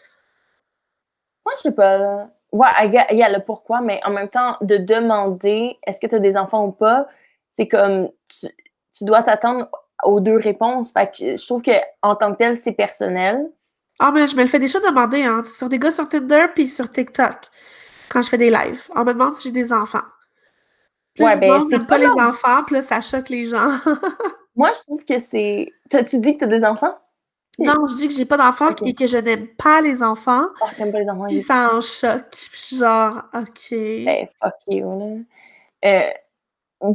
[SPEAKER 1] Moi, je sais pas, là. Ouais, il y, a- il y a le pourquoi, mais en même temps, de demander est-ce que tu as des enfants ou pas, c'est comme tu, tu dois t'attendre aux deux réponses. Fait que je trouve que en tant que tel, c'est personnel.
[SPEAKER 2] Ah, mais je me le fais déjà demander, hein, sur des gars sur Tinder puis sur TikTok, quand je fais des lives. On me demande si j'ai des enfants. Puis là,
[SPEAKER 1] Ouais,
[SPEAKER 2] je dis
[SPEAKER 1] ben
[SPEAKER 2] non,
[SPEAKER 1] c'est
[SPEAKER 2] j'aime
[SPEAKER 1] pas
[SPEAKER 2] pas les
[SPEAKER 1] leur.
[SPEAKER 2] enfants, puis là, ça choque les gens.
[SPEAKER 1] Moi, je trouve que c'est. T'as- Tu dis que tu as des enfants?
[SPEAKER 2] Non, je dis que j'ai pas d'enfants et
[SPEAKER 1] Ok.
[SPEAKER 2] que je n'aime pas les enfants,
[SPEAKER 1] Ah, t'aimes pas les enfants,
[SPEAKER 2] puis
[SPEAKER 1] ok.
[SPEAKER 2] ça en choque. Puis je suis genre, OK.
[SPEAKER 1] Ben, fuck you, là. Euh...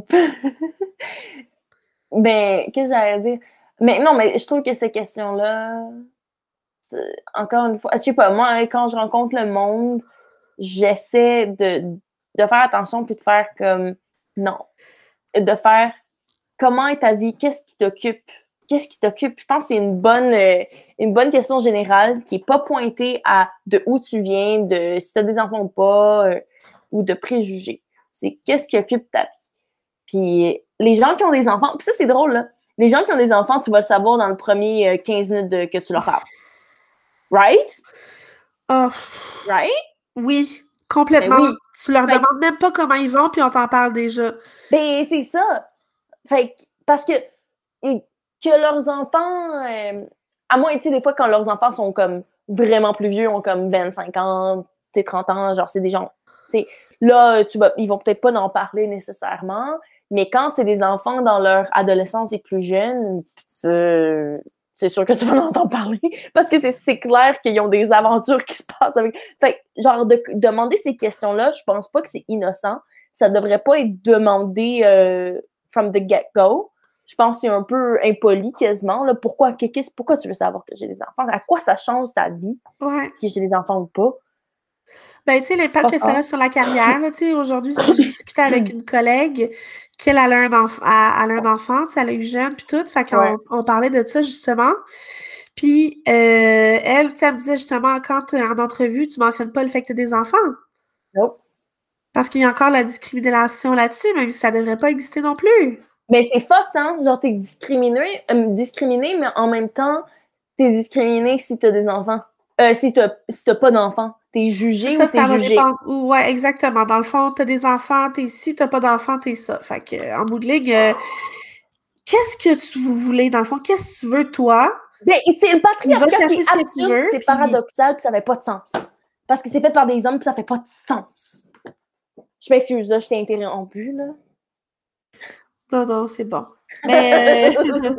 [SPEAKER 1] ben, qu'est-ce que j'allais dire? Mais non, mais je trouve que ces questions-là, c'est- encore une fois, je sais pas, moi, quand je rencontre le monde, j'essaie de, de faire attention puis de faire comme non. De faire comment est ta vie, qu'est-ce qui t'occupe? Qu'est-ce qui t'occupe? Je pense que c'est une bonne, euh, une bonne question générale qui n'est pas pointée à de où tu viens, de si tu as des enfants ou pas, euh, ou de préjugés. C'est qu'est-ce qui occupe ta vie. Puis les gens qui ont des enfants, puis ça c'est drôle, là. Les gens qui ont des enfants, tu vas le savoir dans le premier euh, quinze minutes de, que tu leur parles. Right?
[SPEAKER 2] Ah,
[SPEAKER 1] Right?
[SPEAKER 2] oui,
[SPEAKER 1] Ben
[SPEAKER 2] complètement.
[SPEAKER 1] oui.
[SPEAKER 2] Tu leur
[SPEAKER 1] Fait que,
[SPEAKER 2] demandes même pas comment ils vont, puis on t'en parle déjà.
[SPEAKER 1] ben c'est ça. Fait que, parce que, et- que leurs enfants, euh, à moins, tu sais, des fois, quand leurs enfants sont comme vraiment plus vieux, ont comme vingt-cinq ans, t'es trente ans, genre, c'est des gens, tu sais, là, tu vas, ils vont peut-être pas en parler nécessairement, mais quand c'est des enfants dans leur adolescence et plus jeunes, euh, c'est sûr que tu vas en entendre parler, parce que c'est, c'est clair qu'ils ont des aventures qui se passent avec... Fait que, genre, de, demander ces questions-là, je pense pas que c'est innocent. Ça devrait pas être demandé euh, from the get-go. Je pense que c'est un peu impoli quasiment. Là. Pourquoi, qu'est-ce, pourquoi tu veux savoir que j'ai des enfants? À quoi ça change ta vie
[SPEAKER 2] Ouais.
[SPEAKER 1] que j'ai des enfants ou pas?
[SPEAKER 2] Ben, tu sais, l'impact
[SPEAKER 1] Fuck
[SPEAKER 2] que ça a
[SPEAKER 1] off.
[SPEAKER 2] sur la carrière, là, tu sais, aujourd'hui, j'ai discuté avec une collègue qu'elle elle a un enfant, elle, elle a un enfant, tu sais, elle a eu jeune, puis tout, fait
[SPEAKER 1] Ouais.
[SPEAKER 2] qu'on on parlait de ça, justement. Puis, euh, elle, tu sais, elle me disait, justement, quand t'es en entrevue, tu mentionnes pas le fait que t'as des enfants,
[SPEAKER 1] Nope.
[SPEAKER 2] parce qu'il y a encore la discrimination là-dessus, même si ça devrait pas exister non plus.
[SPEAKER 1] Mais c'est fucked, hein? Genre, t'es discriminé, euh, discriminé, mais en même temps, t'es discriminé si t'as des enfants. Euh, si t'as, si t'as pas d'enfants. T'es
[SPEAKER 2] C'est
[SPEAKER 1] jugé ou
[SPEAKER 2] ça,
[SPEAKER 1] t'es
[SPEAKER 2] ça va
[SPEAKER 1] jugé.
[SPEAKER 2] dépendre. Ou- Ouais, exactement. Dans le fond, t'as des enfants, t'es ci, t'as pas d'enfants, t'es ça. Fait que, euh, en bout de ligne, euh, qu'est-ce que tu voulais, dans le fond? Qu'est-ce que tu veux, toi?
[SPEAKER 1] Ben, c'est le
[SPEAKER 2] Il va
[SPEAKER 1] patriarcat, c'est
[SPEAKER 2] chercher ce que tu
[SPEAKER 1] absurde,
[SPEAKER 2] veux,
[SPEAKER 1] c'est
[SPEAKER 2] puis...
[SPEAKER 1] paradoxal, puis ça fait pas de sens. Parce que c'est fait par des hommes, puis ça fait pas de sens. Je m'excuse, là, je t'ai interrompu, là.
[SPEAKER 2] Non, non, c'est bon. Mais,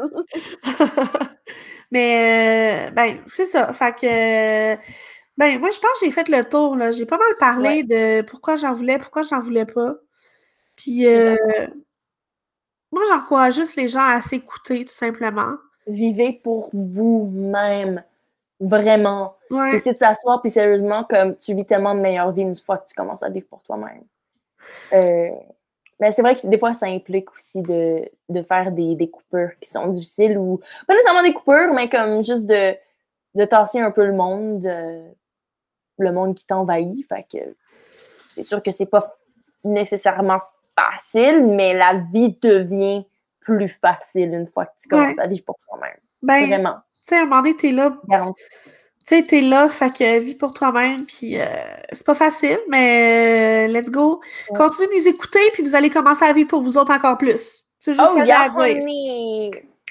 [SPEAKER 2] mais, euh, ben, c'est ça. Fait que, ben, moi, je pense que j'ai fait le tour, là. J'ai pas mal
[SPEAKER 1] Ouais,
[SPEAKER 2] parlé de pourquoi j'en voulais, pourquoi j'en voulais pas. Puis,
[SPEAKER 1] je suis
[SPEAKER 2] euh,
[SPEAKER 1] d'accord.
[SPEAKER 2] moi, j'encourage juste les gens à s'écouter, tout simplement.
[SPEAKER 1] Vivez pour vous-même, vraiment. Puis
[SPEAKER 2] Ouais,
[SPEAKER 1] c'est de s'asseoir, puis sérieusement, comme tu vis tellement de meilleure vie une fois que tu commences à vivre pour toi-même. Euh, mais c'est vrai que des fois, ça implique aussi de, de faire des, des coupures qui sont difficiles ou pas nécessairement des coupures, mais comme juste de, de tasser un peu le monde, euh, le monde qui t'envahit. Fait que c'est sûr que c'est pas nécessairement facile, mais la vie devient plus facile une fois que tu commences
[SPEAKER 2] ouais.
[SPEAKER 1] à vivre pour toi-même.
[SPEAKER 2] Ben, tu
[SPEAKER 1] Vraiment.
[SPEAKER 2] sais, à un moment donné, t'es là.
[SPEAKER 1] Garanti.
[SPEAKER 2] Tu sais, t'es là, fait que vis pour toi-même, puis euh, c'est pas facile, mais euh, let's go. Continuez de les écouter, puis vous allez commencer à vivre pour vous autres encore plus. C'est juste
[SPEAKER 1] Oh
[SPEAKER 2] ça que j'ai
[SPEAKER 1] yeah,
[SPEAKER 2] à dire.
[SPEAKER 1] honey!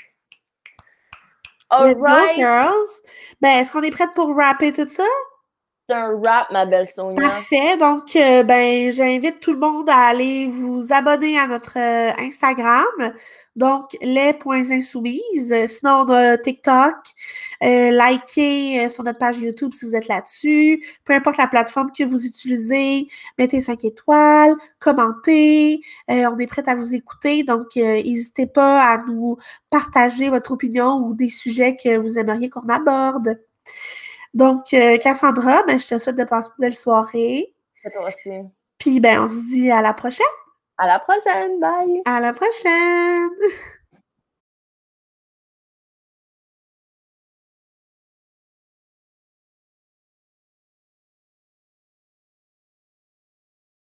[SPEAKER 1] All
[SPEAKER 2] Let's go,
[SPEAKER 1] right!
[SPEAKER 2] girls! Ben, est-ce qu'on est prête pour rapper tout ça?
[SPEAKER 1] C'est un rap, ma belle Sonia.
[SPEAKER 2] Parfait. Donc, euh, ben, j'invite tout le monde à aller vous abonner à notre euh, Instagram. Donc, les points insoumises. Euh, Sinon, on a TikTok. Euh, likez euh, sur notre page YouTube si vous êtes là-dessus. Peu importe la plateforme que vous utilisez, mettez cinq étoiles, commentez. Euh, on est prête à vous écouter. Donc, euh, n'hésitez pas à nous partager votre opinion ou des sujets que vous aimeriez qu'on aborde. Donc, euh, Cassandra, ben, je te souhaite de passer une belle soirée.
[SPEAKER 1] C'est toi aussi.
[SPEAKER 2] Puis, ben, on se dit à la prochaine.
[SPEAKER 1] À la prochaine. Bye!
[SPEAKER 2] À la prochaine!